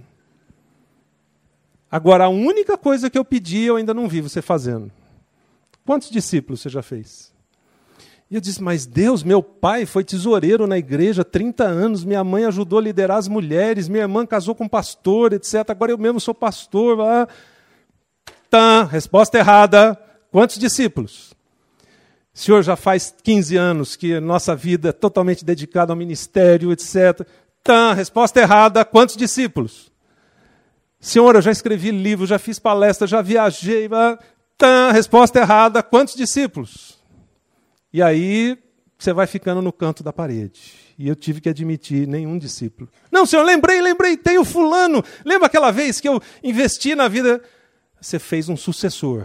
Agora, a única coisa que eu pedi, eu ainda não vi você fazendo. Quantos discípulos você já fez? E eu disse, mas Deus, meu pai foi tesoureiro na igreja há trinta anos, minha mãe ajudou a liderar as mulheres, minha irmã casou com pastor, etcétera. Agora eu mesmo sou pastor. Ah. Tá, resposta errada. Quantos discípulos? O senhor já faz quinze anos que a nossa vida é totalmente dedicada ao ministério, etcétera. Tá, resposta errada. Quantos discípulos? Senhor, eu já escrevi livro, já fiz palestra, já viajei. Ah. Tá, resposta errada. Quantos discípulos? E aí você vai ficando no canto da parede. E eu tive que admitir, nenhum discípulo. Não, senhor, lembrei, lembrei, tem o fulano. Lembra aquela vez que eu investi na vida? Você fez um sucessor.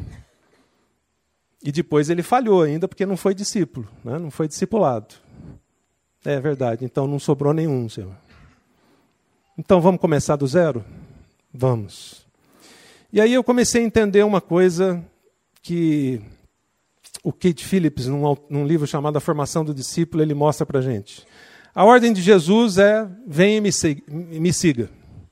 E depois ele falhou ainda, porque não foi discípulo, né? Não foi discipulado. É verdade, então não sobrou nenhum, senhor. Então vamos começar do zero? Vamos. E aí eu comecei a entender uma coisa que o Keith Phillips, num, num livro chamado A Formação do Discípulo, ele mostra para a gente. A ordem de Jesus é, venha e me siga, me siga.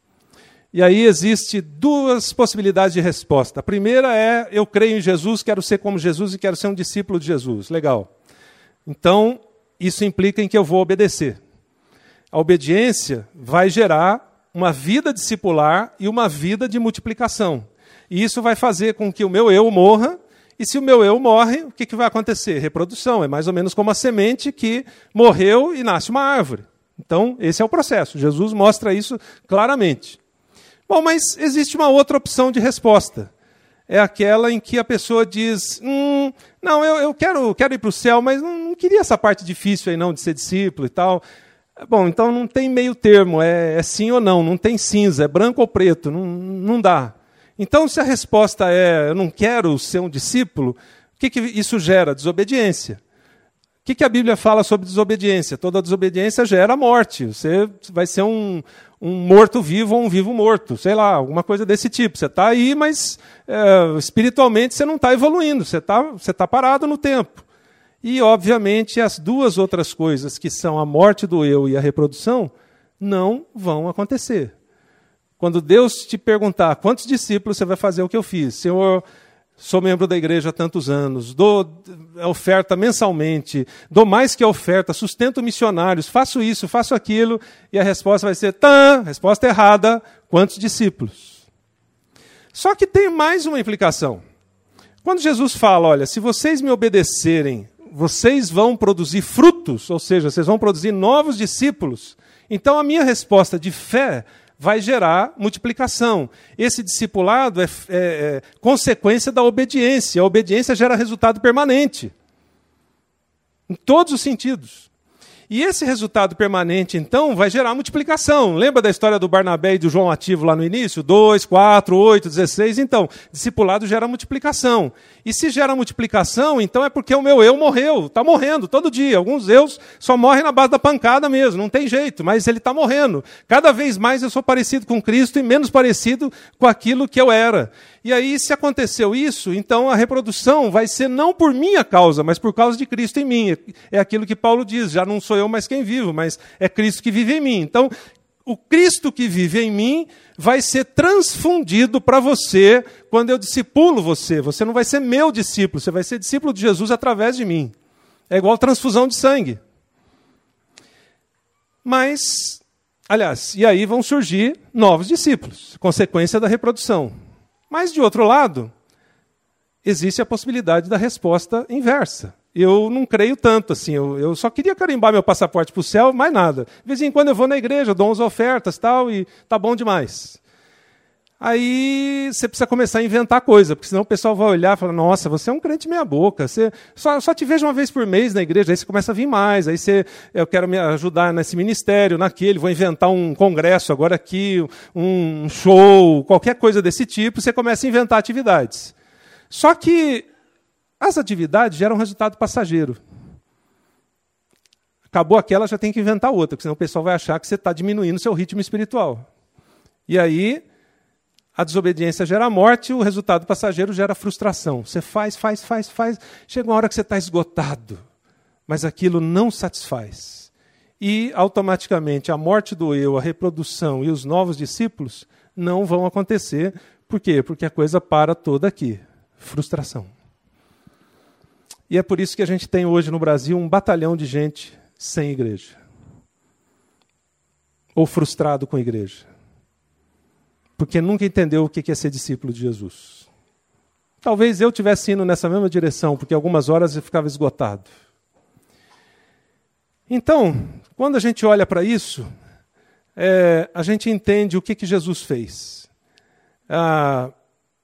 E aí existe duas possibilidades de resposta. A primeira é, eu creio em Jesus, quero ser como Jesus e quero ser um discípulo de Jesus. Legal. Então, isso implica em que eu vou obedecer. A obediência vai gerar uma vida discipular e uma vida de multiplicação. E isso vai fazer com que o meu eu morra. E se o meu eu morre, o que, que vai acontecer? Reprodução. É mais ou menos como a semente que morreu e nasce uma árvore. Então, esse é o processo. Jesus mostra isso claramente. Bom, mas existe uma outra opção de resposta. É aquela em que a pessoa diz, hum, não, eu, eu quero, quero ir para o céu, mas não, não queria essa parte difícil aí não, de ser discípulo e tal. Bom, então não tem meio termo, é, é sim ou não, não tem cinza, é branco ou preto, não, não dá. Então, se a resposta é, eu não quero ser um discípulo, o que, que isso gera? Desobediência. O que, que a Bíblia fala sobre desobediência? Toda desobediência gera morte. Você vai ser um, um morto-vivo ou um vivo-morto, sei lá, alguma coisa desse tipo. Você está aí, mas é, espiritualmente você não está evoluindo, você está você tá parado no tempo. E, obviamente, as duas outras coisas, que são a morte do eu e a reprodução, não vão acontecer. Quando Deus te perguntar quantos discípulos você vai fazer o que eu fiz, Senhor, sou membro da igreja há tantos anos, dou oferta mensalmente, dou mais que a oferta, sustento missionários, faço isso, faço aquilo, e a resposta vai ser, tá, resposta errada, quantos discípulos? Só que tem mais uma implicação. Quando Jesus fala, olha, se vocês me obedecerem, vocês vão produzir frutos, ou seja, vocês vão produzir novos discípulos, então a minha resposta de fé vai gerar multiplicação. Esse discipulado é, é, é consequência da obediência. A obediência gera resultado permanente. Em todos os sentidos. E esse resultado permanente, então, vai gerar multiplicação. Lembra da história do Barnabé e do João Ativo lá no início? dois, quatro, oito, dezesseis. Então, discipulado gera multiplicação. E se gera multiplicação, então é porque o meu eu morreu. Está morrendo todo dia. Alguns eus só morrem na base da pancada mesmo. Não tem jeito, mas ele está morrendo. Cada vez mais eu sou parecido com Cristo e menos parecido com aquilo que eu era. E aí, se aconteceu isso, então a reprodução vai ser não por minha causa, mas por causa de Cristo em mim. É aquilo que Paulo diz, já não sou eu mais quem vivo, mas é Cristo que vive em mim. Então, o Cristo que vive em mim vai ser transfundido para você quando eu discipulo você. Você não vai ser meu discípulo, você vai ser discípulo de Jesus através de mim. É igual transfusão de sangue. Mas, aliás, e aí vão surgir novos discípulos, consequência da reprodução. Mas, de outro lado, existe a possibilidade da resposta inversa. Eu não creio tanto assim, eu, eu só queria carimbar meu passaporte para o céu, mais nada. De vez em quando eu vou na igreja, dou umas ofertas tal, e tá bom demais. Aí você precisa começar a inventar coisa, porque senão o pessoal vai olhar e falar, nossa, você é um crente meia boca, você só, só te vejo uma vez por mês na igreja, aí você começa a vir mais, aí você, eu quero me ajudar nesse ministério, naquele, vou inventar um congresso agora aqui, um show, qualquer coisa desse tipo, você começa a inventar atividades. Só que as atividades geram um resultado passageiro. Acabou aquela, já tem que inventar outra, porque senão o pessoal vai achar que você está diminuindo o seu ritmo espiritual. E aí, a desobediência gera morte, o resultado passageiro gera frustração. Você faz, faz, faz, faz, chega uma hora que você está esgotado, mas aquilo não satisfaz. E, automaticamente, a morte do eu, a reprodução e os novos discípulos não vão acontecer. Por quê? Porque a coisa para toda aqui. Frustração. E é por isso que a gente tem hoje no Brasil um batalhão de gente sem igreja. Ou frustrado com a igreja. Porque nunca entendeu o que é ser discípulo de Jesus. Talvez eu tivesse indo nessa mesma direção, porque algumas horas eu ficava esgotado. Então, quando a gente olha para isso, é, a gente entende o que, que Jesus fez. Ah,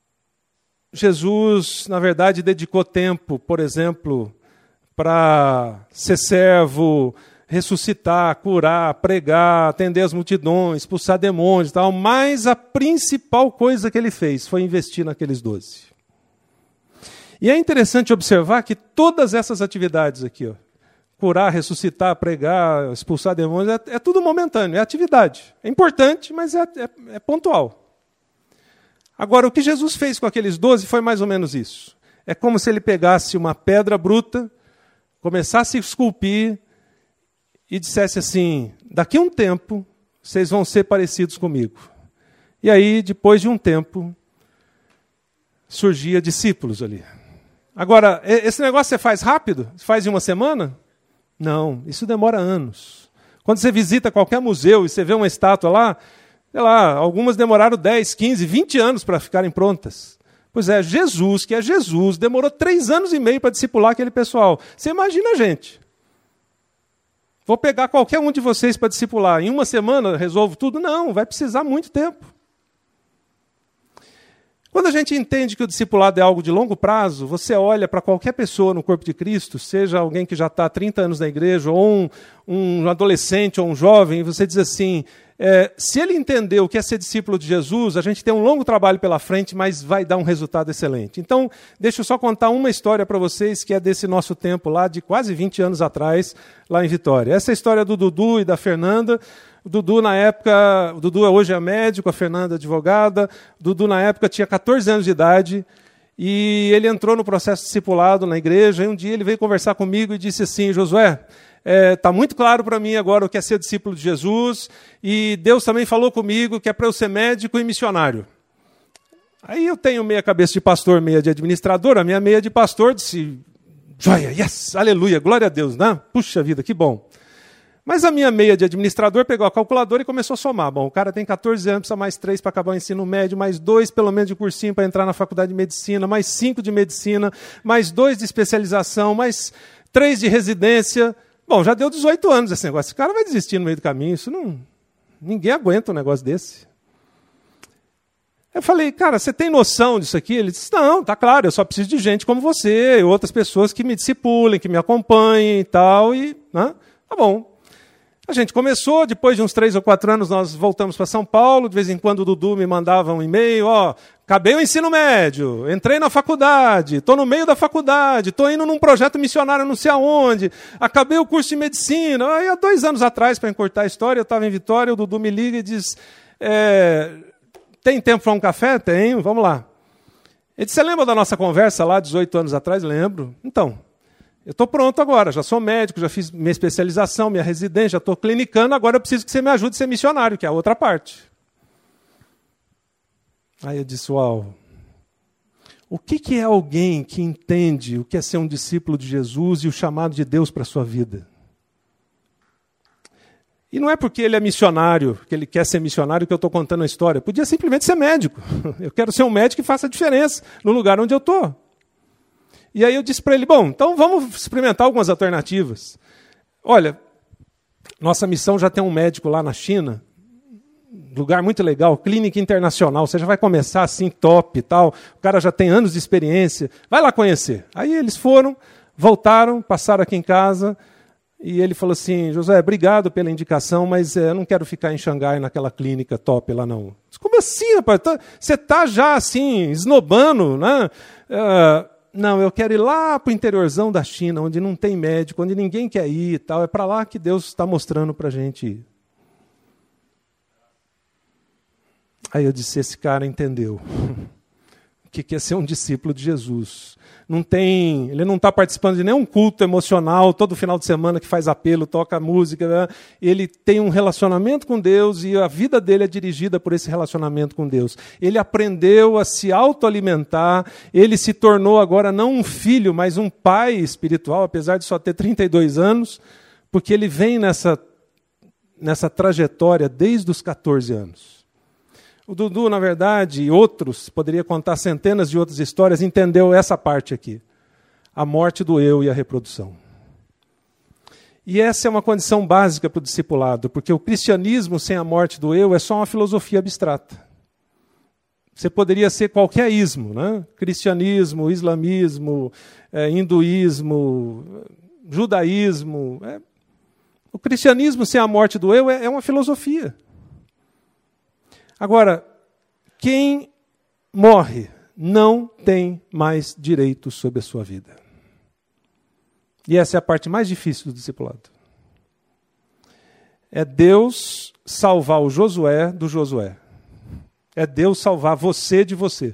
Jesus, na verdade, dedicou tempo, por exemplo, para ser servo, ressuscitar, curar, pregar, atender as multidões, expulsar demônios e tal, mas a principal coisa que ele fez foi investir naqueles doze. E é interessante observar que todas essas atividades aqui, ó, curar, ressuscitar, pregar, expulsar demônios, é, é tudo momentâneo, é atividade. É importante, mas é, é, é pontual. Agora, o que Jesus fez com aqueles doze foi mais ou menos isso. É como se ele pegasse uma pedra bruta, começasse a esculpir e dissesse assim, daqui a um tempo, vocês vão ser parecidos comigo. E aí, depois de um tempo, surgia discípulos ali. Agora, esse negócio você faz rápido? Você faz em uma semana? Não, isso demora anos. Quando você visita qualquer museu e você vê uma estátua lá, sei lá, algumas demoraram dez, quinze, vinte anos para ficarem prontas. Pois é, Jesus, que é Jesus, demorou três anos e meio para discipular aquele pessoal. Você imagina a gente. Vou pegar qualquer um de vocês para discipular. Em uma semana resolvo tudo? Não, vai precisar muito tempo. Quando a gente entende que o discipulado é algo de longo prazo, você olha para qualquer pessoa no corpo de Cristo, seja alguém que já está há trinta anos na igreja, ou um, um adolescente, ou um jovem, e você diz assim, é, se ele entender o que é ser discípulo de Jesus, a gente tem um longo trabalho pela frente, mas vai dar um resultado excelente. Então, deixa eu só contar uma história para vocês, que é desse nosso tempo lá, de quase vinte anos atrás, lá em Vitória. Essa é a história do Dudu e da Fernanda. O Dudu, na época, o Dudu hoje é médico, a Fernanda advogada. O Dudu, na época, tinha catorze anos de idade e ele entrou no processo discipulado na igreja. E um dia ele veio conversar comigo e disse assim, Josué, está é, muito claro para mim agora o que é ser discípulo de Jesus e Deus também falou comigo que é para eu ser médico e missionário. Aí eu tenho meia cabeça de pastor, meia de administrador. A minha meia de pastor disse, joia, yes, aleluia, glória a Deus, né? Puxa vida, que bom. Mas a minha meia de administrador pegou a calculadora e começou a somar. Bom, o cara tem catorze anos, precisa mais três para acabar o ensino médio, mais dois pelo menos de cursinho para entrar na faculdade de medicina, mais cinco de medicina, mais dois de especialização, mais três de residência. Bom, já deu dezoito anos esse negócio. Esse cara vai desistir no meio do caminho. Isso não... Ninguém aguenta um negócio desse. Eu falei, cara, você tem noção disso aqui? Ele disse, não, tá claro, eu só preciso de gente como você, outras pessoas que me discipulem, que me acompanhem e tal. E, né? Tá bom. A gente começou, depois de uns três ou quatro anos, nós voltamos para São Paulo. De vez em quando o Dudu me mandava um e-mail, ó, acabei o ensino médio, entrei na faculdade, estou no meio da faculdade, estou indo num projeto missionário não sei aonde, acabei o curso de medicina. Aí, há dois anos atrás, para encurtar a história, eu estava em Vitória, o Dudu me liga e diz, é, tem tempo para um café? Tenho, vamos lá. Ele disse, você lembra da nossa conversa lá, dezoito anos atrás? Lembro. Então... Eu estou pronto agora, já sou médico, já fiz minha especialização, minha residência, já estou clinicando, agora eu preciso que você me ajude a ser missionário, que é a outra parte. Aí eu disse, uau, o que, que é alguém que entende o que é ser um discípulo de Jesus e o chamado de Deus para a sua vida? E não é porque ele é missionário, que ele quer ser missionário, que eu estou contando a história. Podia simplesmente ser médico. Eu quero ser um médico que faça diferença no lugar onde eu estou. E aí eu disse para ele, bom, então vamos experimentar algumas alternativas. Olha, nossa missão já tem um médico lá na China, lugar muito legal, clínica internacional, você já vai começar assim top e tal, o cara já tem anos de experiência, vai lá conhecer. Aí eles foram, voltaram, passaram aqui em casa, e ele falou assim, José, obrigado pela indicação, mas é, eu não quero ficar em Xangai naquela clínica top lá não. Disse, como assim, rapaz? Tá, você está já assim, esnobando, né? Uh, não, eu quero ir lá para o interiorzão da China, onde não tem médico, onde ninguém quer ir e tal. É para lá que Deus está mostrando para a gente ir. Aí eu disse, esse cara entendeu o que é ser um discípulo de Jesus. Não tem, ele não está participando de nenhum culto emocional, todo final de semana que faz apelo, toca música. Né? Ele tem um relacionamento com Deus e a vida dele é dirigida por esse relacionamento com Deus. Ele aprendeu a se autoalimentar, ele se tornou agora não um filho, mas um pai espiritual, apesar de só ter trinta e dois anos, porque ele vem nessa, nessa trajetória desde os catorze anos. O Dudu, na verdade, e outros, poderia contar centenas de outras histórias, entendeu essa parte aqui. A morte do eu e a reprodução. E essa é uma condição básica para o discipulado, porque o cristianismo sem a morte do eu é só uma filosofia abstrata. Você poderia ser qualquer ismo, né? Cristianismo, islamismo, é, hinduísmo, judaísmo. É. O cristianismo sem a morte do eu é, é uma filosofia. Agora, quem morre não tem mais direito sobre a sua vida. E essa é a parte mais difícil do discipulado. É Deus salvar o Josué do Josué. É Deus salvar você de você.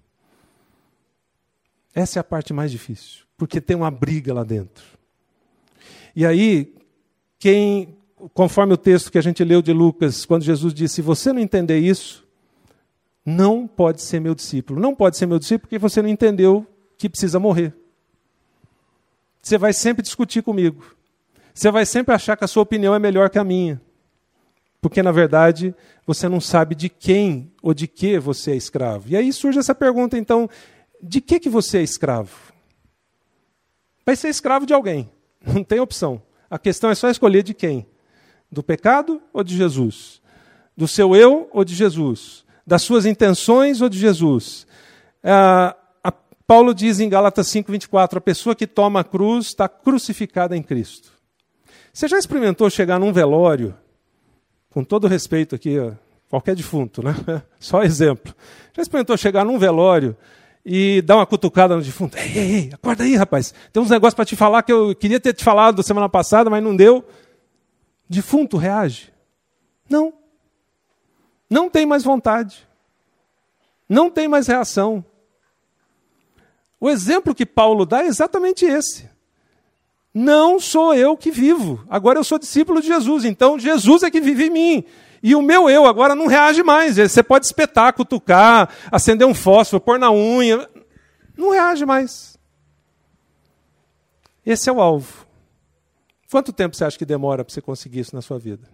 Essa é a parte mais difícil, porque tem uma briga lá dentro. E aí, quem... Conforme o texto que a gente leu de Lucas, quando Jesus disse, se você não entender isso, não pode ser meu discípulo. Não pode ser meu discípulo porque você não entendeu que precisa morrer. Você vai sempre discutir comigo. Você vai sempre achar que a sua opinião é melhor que a minha. Porque, na verdade, você não sabe de quem ou de que você é escravo. E aí surge essa pergunta, então, de que, que você é escravo? Vai ser escravo de alguém. Não tem opção. A questão é só escolher de quem. Do pecado ou de Jesus? Do seu eu ou de Jesus? Das suas intenções ou de Jesus? Ah, a, Paulo diz em Gálatas cinco, vinte e quatro, a pessoa que toma a cruz está crucificada em Cristo. Você já experimentou chegar num velório, com todo respeito aqui, ó, qualquer defunto, né? Só exemplo. Já experimentou chegar num velório e dar uma cutucada no defunto? Ei, ei, ei, acorda aí, rapaz. Tem uns negócios para te falar que eu queria ter te falado semana passada, mas não deu. Defunto reage? Não. Não tem mais vontade. Não tem mais reação. O exemplo que Paulo dá é exatamente esse. Não sou eu que vivo. Agora eu sou discípulo de Jesus. Então Jesus é que vive em mim. E o meu eu agora não reage mais. Você pode espetar, cutucar, acender um fósforo, pôr na unha. Não reage mais. Esse é o alvo. Quanto tempo você acha que demora para você conseguir isso na sua vida?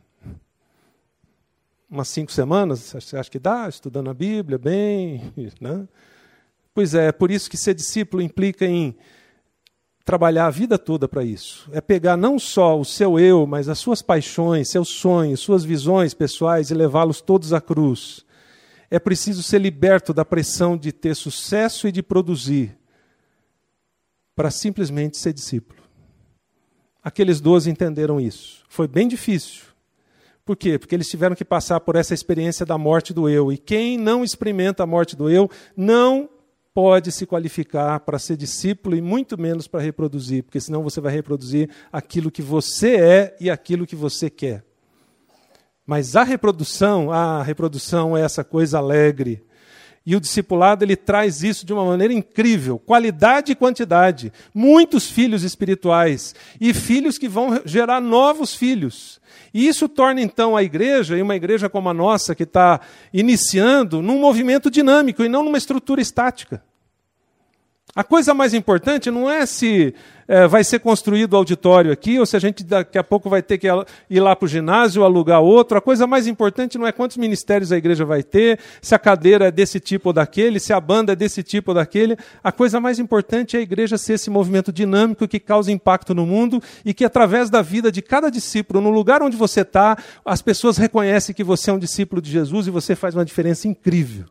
Umas cinco semanas? Você acha que dá? Estudando a Bíblia bem? Né? Pois é, é por isso que ser discípulo implica em trabalhar a vida toda para isso. É pegar não só o seu eu, mas as suas paixões, seus sonhos, suas visões pessoais e levá-los todos à cruz. É preciso ser liberto da pressão de ter sucesso e de produzir para simplesmente ser discípulo. Aqueles doze entenderam isso. Foi bem difícil. Por quê? Porque eles tiveram que passar por essa experiência da morte do eu. E quem não experimenta a morte do eu, não pode se qualificar para ser discípulo e muito menos para reproduzir, porque senão você vai reproduzir aquilo que você é e aquilo que você quer. Mas a reprodução, a reprodução é essa coisa alegre. E o discipulado ele traz isso de uma maneira incrível, qualidade e quantidade. Muitos filhos espirituais e filhos que vão gerar novos filhos. E isso torna então a igreja, e uma igreja como a nossa, que está iniciando, num movimento dinâmico e não numa estrutura estática. A coisa mais importante não é se é, vai ser construído o auditório aqui, ou se a gente daqui a pouco vai ter que ir lá para o ginásio, alugar outro. A coisa mais importante não é quantos ministérios a igreja vai ter, se a cadeira é desse tipo ou daquele, se a banda é desse tipo ou daquele. A coisa mais importante é a igreja ser esse movimento dinâmico que causa impacto no mundo e que, através da vida de cada discípulo, no lugar onde você está, as pessoas reconhecem que você é um discípulo de Jesus e você faz uma diferença incrível.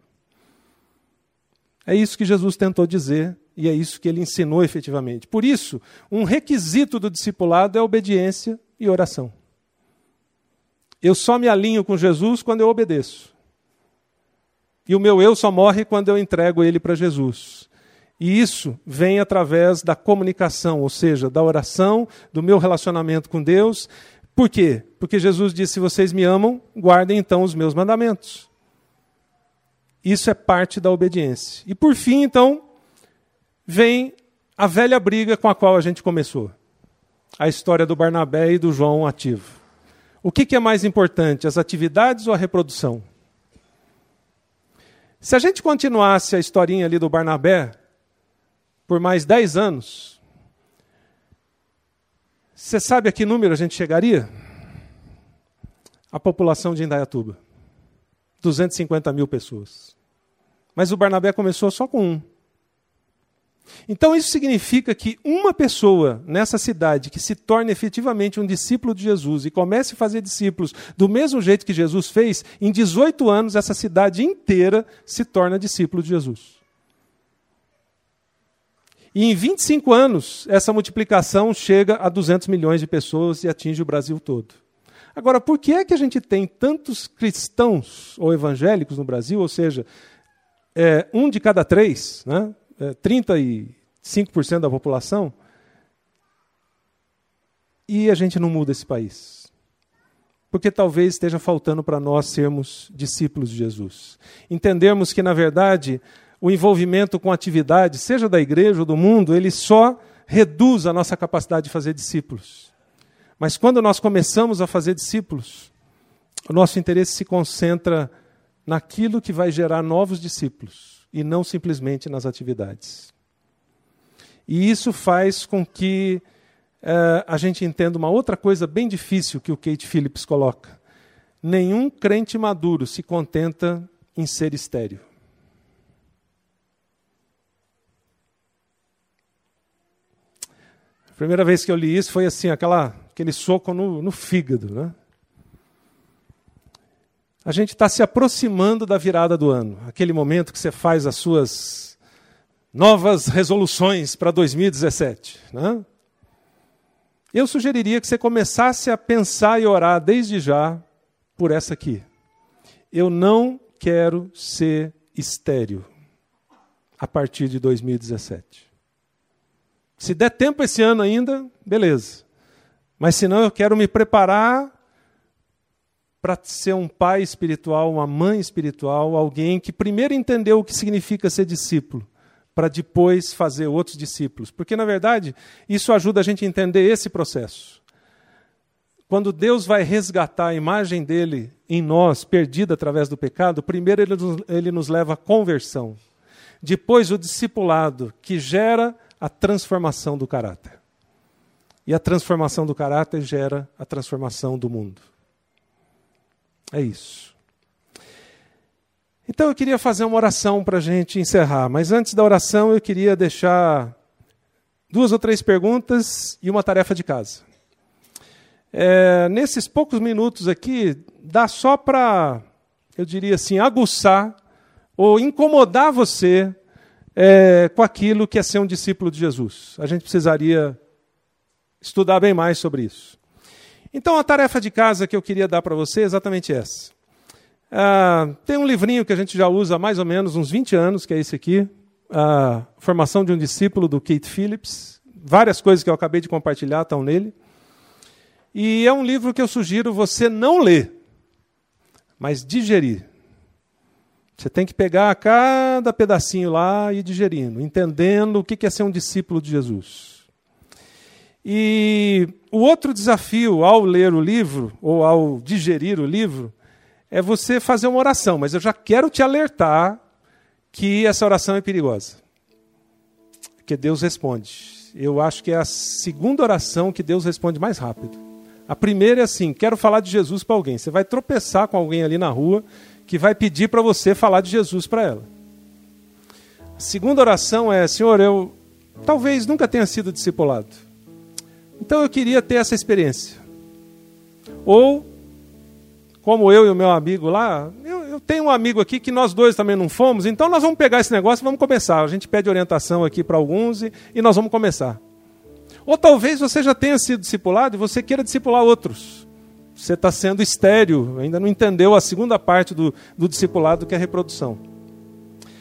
É isso que Jesus tentou dizer. E é isso que ele ensinou efetivamente. Por isso, um requisito do discipulado é obediência e oração. Eu só me alinho com Jesus quando eu obedeço. E o meu eu só morre quando eu entrego ele para Jesus. E isso vem através da comunicação, ou seja, da oração, do meu relacionamento com Deus. Por quê? Porque Jesus disse, se vocês me amam, guardem então os meus mandamentos. Isso é parte da obediência. E por fim, então, vem a velha briga com a qual a gente começou. A história do Barnabé e do João ativo. O que, que é mais importante, as atividades ou a reprodução? Se a gente continuasse a historinha ali do Barnabé por mais dez anos, você sabe a que número a gente chegaria? A população de Indaiatuba. duzentas e cinquenta mil pessoas. Mas o Barnabé começou só com um. Então isso significa que uma pessoa nessa cidade que se torne efetivamente um discípulo de Jesus e comece a fazer discípulos do mesmo jeito que Jesus fez, em dezoito anos essa cidade inteira se torna discípulo de Jesus. E em vinte e cinco anos essa multiplicação chega a duzentos milhões de pessoas e atinge o Brasil todo. Agora, por que é que a gente tem tantos cristãos ou evangélicos no Brasil, ou seja, é, um de cada três, né? trinta e cinco por cento da população, e a gente não muda esse país? Porque talvez esteja faltando para nós sermos discípulos de Jesus. Entendermos que, na verdade, o envolvimento com atividade, seja da igreja ou do mundo, ele só reduz a nossa capacidade de fazer discípulos. Mas quando nós começamos a fazer discípulos, o nosso interesse se concentra naquilo que vai gerar novos discípulos, e não simplesmente nas atividades. E isso faz com que uh, a gente entenda uma outra coisa bem difícil que o Kate Phillips coloca. Nenhum crente maduro se contenta em ser estéril. A primeira vez que eu li isso foi assim, aquela, aquele soco no, no fígado, né? A gente está se aproximando da virada do ano, aquele momento que você faz as suas novas resoluções para dois mil e dezessete. Né? Eu sugeriria que você começasse a pensar e orar desde já por essa aqui. Eu não quero ser estéril a partir de dois mil e dezessete. Se der tempo esse ano ainda, beleza. Mas se não, eu quero me preparar para ser um pai espiritual, uma mãe espiritual, alguém que primeiro entendeu o que significa ser discípulo, para depois fazer outros discípulos. Porque, na verdade, isso ajuda a gente a entender esse processo. Quando Deus vai resgatar a imagem dele em nós, perdida através do pecado, primeiro ele nos, ele nos leva à conversão. Depois o discipulado, que gera a transformação do caráter. E a transformação do caráter gera a transformação do mundo. É isso. Então eu queria fazer uma oração para a gente encerrar, mas antes da oração eu queria deixar duas ou três perguntas e uma tarefa de casa. É, nesses poucos minutos aqui, dá só para, eu diria assim, aguçar ou incomodar você é, com aquilo que é ser um discípulo de Jesus. A gente precisaria estudar bem mais sobre isso. Então, a tarefa de casa que eu queria dar para você é exatamente essa. Ah, tem um livrinho que a gente já usa há mais ou menos uns vinte anos, que é esse aqui, A Formação de um Discípulo, do Kate Phillips. Várias coisas que eu acabei de compartilhar estão nele. E é um livro que eu sugiro você não ler, mas digerir. Você tem que pegar cada pedacinho lá e ir digerindo, entendendo o que é ser um discípulo de Jesus. E o outro desafio ao ler o livro, ou ao digerir o livro, é você fazer uma oração. Mas eu já quero te alertar que essa oração é perigosa. Porque Deus responde. Eu acho que é a segunda oração que Deus responde mais rápido. A primeira é assim, quero falar de Jesus para alguém. Você vai tropeçar com alguém ali na rua que vai pedir para você falar de Jesus para ela. A segunda oração é, Senhor, eu talvez nunca tenha sido discipulado. Então eu queria ter essa experiência. Ou, como eu e o meu amigo lá, eu, eu tenho um amigo aqui que nós dois também não fomos, então nós vamos pegar esse negócio e vamos começar. A gente pede orientação aqui para alguns e, e nós vamos começar. Ou talvez você já tenha sido discipulado e você queira discipular outros. Você está sendo estéril, ainda não entendeu a segunda parte do, do discipulado, que é a reprodução.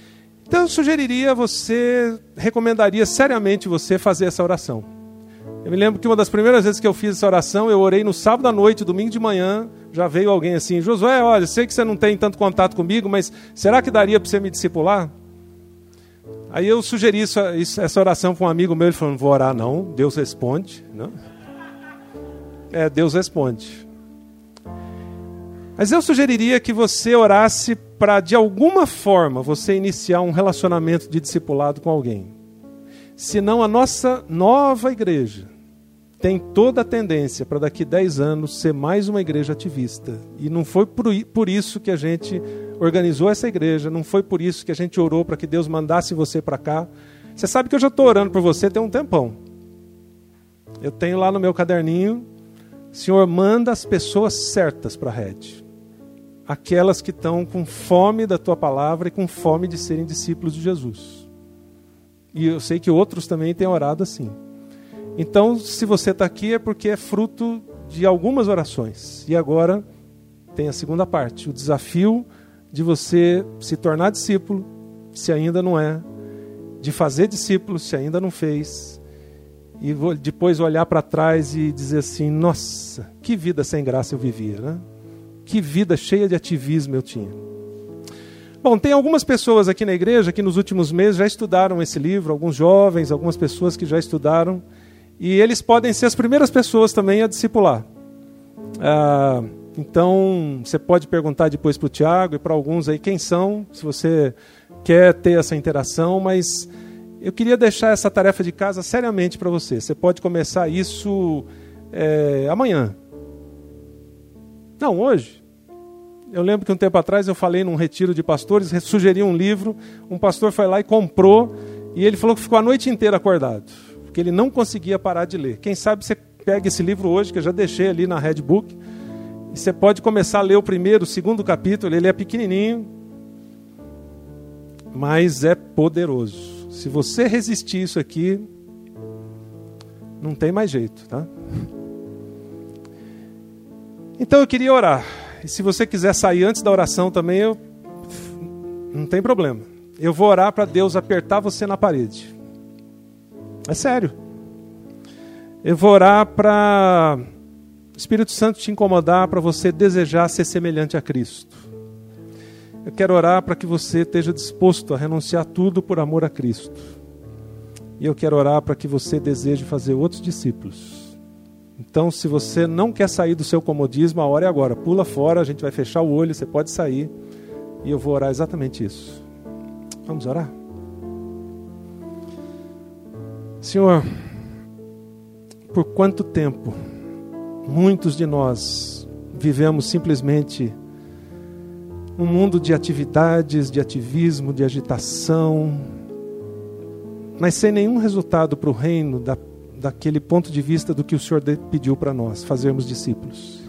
Então eu sugeriria você, recomendaria seriamente você fazer essa oração. Eu me lembro que uma das primeiras vezes que eu fiz essa oração, eu orei no sábado à noite, domingo de manhã, já veio alguém assim, Josué, olha, sei que você não tem tanto contato comigo, mas será que daria para você me discipular? Aí eu sugeri isso, isso, essa oração para um amigo meu, ele falou, não vou orar não, Deus responde. Não? É, Deus responde. Mas eu sugeriria que você orasse para, de alguma forma, você iniciar um relacionamento de discipulado com alguém. Senão a nossa nova igreja tem toda a tendência para daqui a dez anos ser mais uma igreja ativista. E não foi por, por isso que a gente organizou essa igreja, não foi por isso que a gente orou para que Deus mandasse você para cá. Você sabe que eu já estou orando por você tem um tempão. Eu tenho lá no meu caderninho, Senhor, manda as pessoas certas para a rede. Aquelas que estão com fome da tua palavra e com fome de serem discípulos de Jesus. E eu sei que outros também têm orado assim. Então, se você está aqui é porque é fruto de algumas orações. E agora tem a segunda parte, o desafio de você se tornar discípulo, se ainda não é, de fazer discípulo, se ainda não fez, e depois olhar para trás e dizer assim, nossa, que vida sem graça eu vivia, né? Que vida cheia de ativismo eu tinha. Bom, tem algumas pessoas aqui na igreja que nos últimos meses já estudaram esse livro, alguns jovens, algumas pessoas que já estudaram, e eles podem ser as primeiras pessoas também a discipular. Ah, então, você pode perguntar depois para o Tiago e para alguns aí quem são, se você quer ter essa interação, mas eu queria deixar essa tarefa de casa seriamente para você. Você pode começar isso é, amanhã. Não, hoje. Eu lembro que um tempo atrás eu falei num retiro de pastores, sugeri um livro, um pastor foi lá e comprou, e ele falou que ficou a noite inteira acordado, porque ele não conseguia parar de ler. Quem sabe você pega esse livro hoje, que eu já deixei ali na Redbook, e você pode começar a ler o primeiro, o segundo capítulo, ele é pequenininho, mas é poderoso. Se você resistir isso aqui, não tem mais jeito, tá? Então eu queria orar. E se você quiser sair antes da oração também, eu... não tem problema. Eu vou orar para Deus apertar você na parede. É sério. Eu vou orar para o Espírito Santo te incomodar, para você desejar ser semelhante a Cristo. Eu quero orar para que você esteja disposto a renunciar tudo por amor a Cristo. E eu quero orar para que você deseje fazer outros discípulos. Então, se você não quer sair do seu comodismo, a hora é agora. Pula fora, a gente vai fechar o olho, você pode sair. E eu vou orar exatamente isso. Vamos orar? Senhor, por quanto tempo muitos de nós vivemos simplesmente um mundo de atividades, de ativismo, de agitação, mas sem nenhum resultado para o reino da daquele ponto de vista do que o Senhor pediu para nós, fazermos discípulos.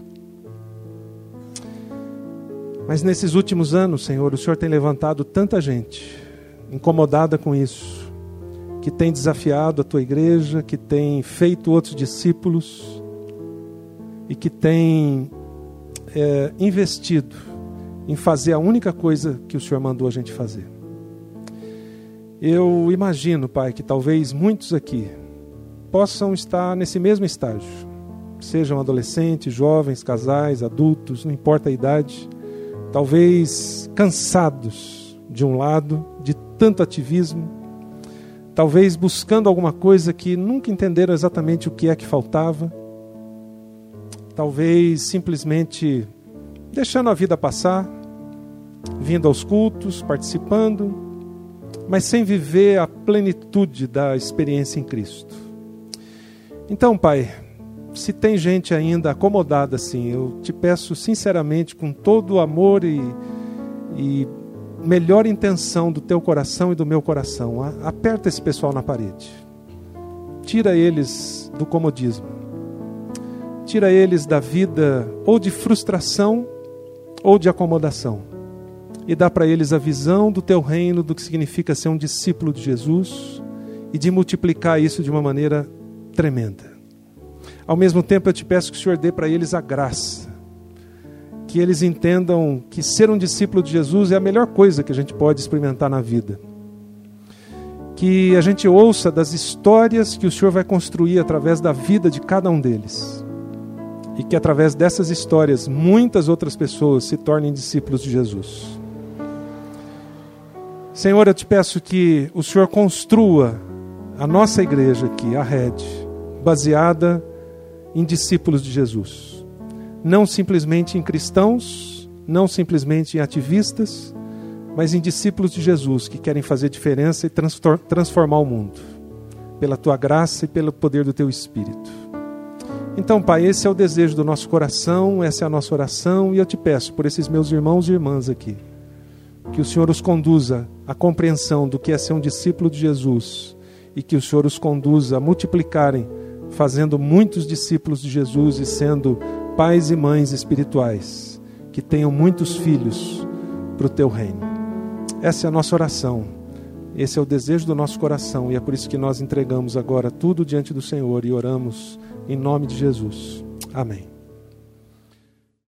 Mas nesses últimos anos, Senhor, o Senhor tem levantado tanta gente incomodada com isso, que tem desafiado a Tua igreja, que tem feito outros discípulos e que tem é, investido em fazer a única coisa que o Senhor mandou a gente fazer. Eu imagino, Pai, que talvez muitos aqui possam estar nesse mesmo estágio, sejam adolescentes, jovens, casais, adultos, não importa a idade, talvez cansados de um lado, de tanto ativismo, talvez buscando alguma coisa que nunca entenderam exatamente o que é que faltava, talvez simplesmente deixando a vida passar, vindo aos cultos, participando, mas sem viver a plenitude da experiência em Cristo. Então, Pai, se tem gente ainda acomodada assim, eu te peço sinceramente, com todo o amor e, e melhor intenção do teu coração e do meu coração, aperta esse pessoal na parede. Tira eles do comodismo. Tira eles da vida ou de frustração ou de acomodação. E dá para eles a visão do teu reino, do que significa ser um discípulo de Jesus e de multiplicar isso de uma maneira tremenda. Ao mesmo tempo eu te peço que o Senhor dê para eles a graça, que eles entendam que ser um discípulo de Jesus é a melhor coisa que a gente pode experimentar na vida. que a gente ouça das histórias que o Senhor vai construir através da vida de cada um deles. E que através dessas histórias, muitas outras pessoas se tornem discípulos de Jesus. Senhor, eu te peço que o Senhor construa a nossa igreja aqui, a Rede, baseada em discípulos de Jesus. Não simplesmente em cristãos, não simplesmente em ativistas, mas em discípulos de Jesus que querem fazer diferença e transformar o mundo, pela tua graça e pelo poder do teu Espírito. Então, Pai, esse é o desejo do nosso coração, essa é a nossa oração, e eu te peço por esses meus irmãos e irmãs aqui, que o Senhor os conduza à compreensão do que é ser um discípulo de Jesus e que o Senhor os conduza a multiplicarem, fazendo muitos discípulos de Jesus e sendo pais e mães espirituais, que tenham muitos filhos para o teu reino. Essa é a nossa oração, esse é o desejo do nosso coração, e é por isso que nós entregamos agora tudo diante do Senhor e oramos em nome de Jesus. Amém.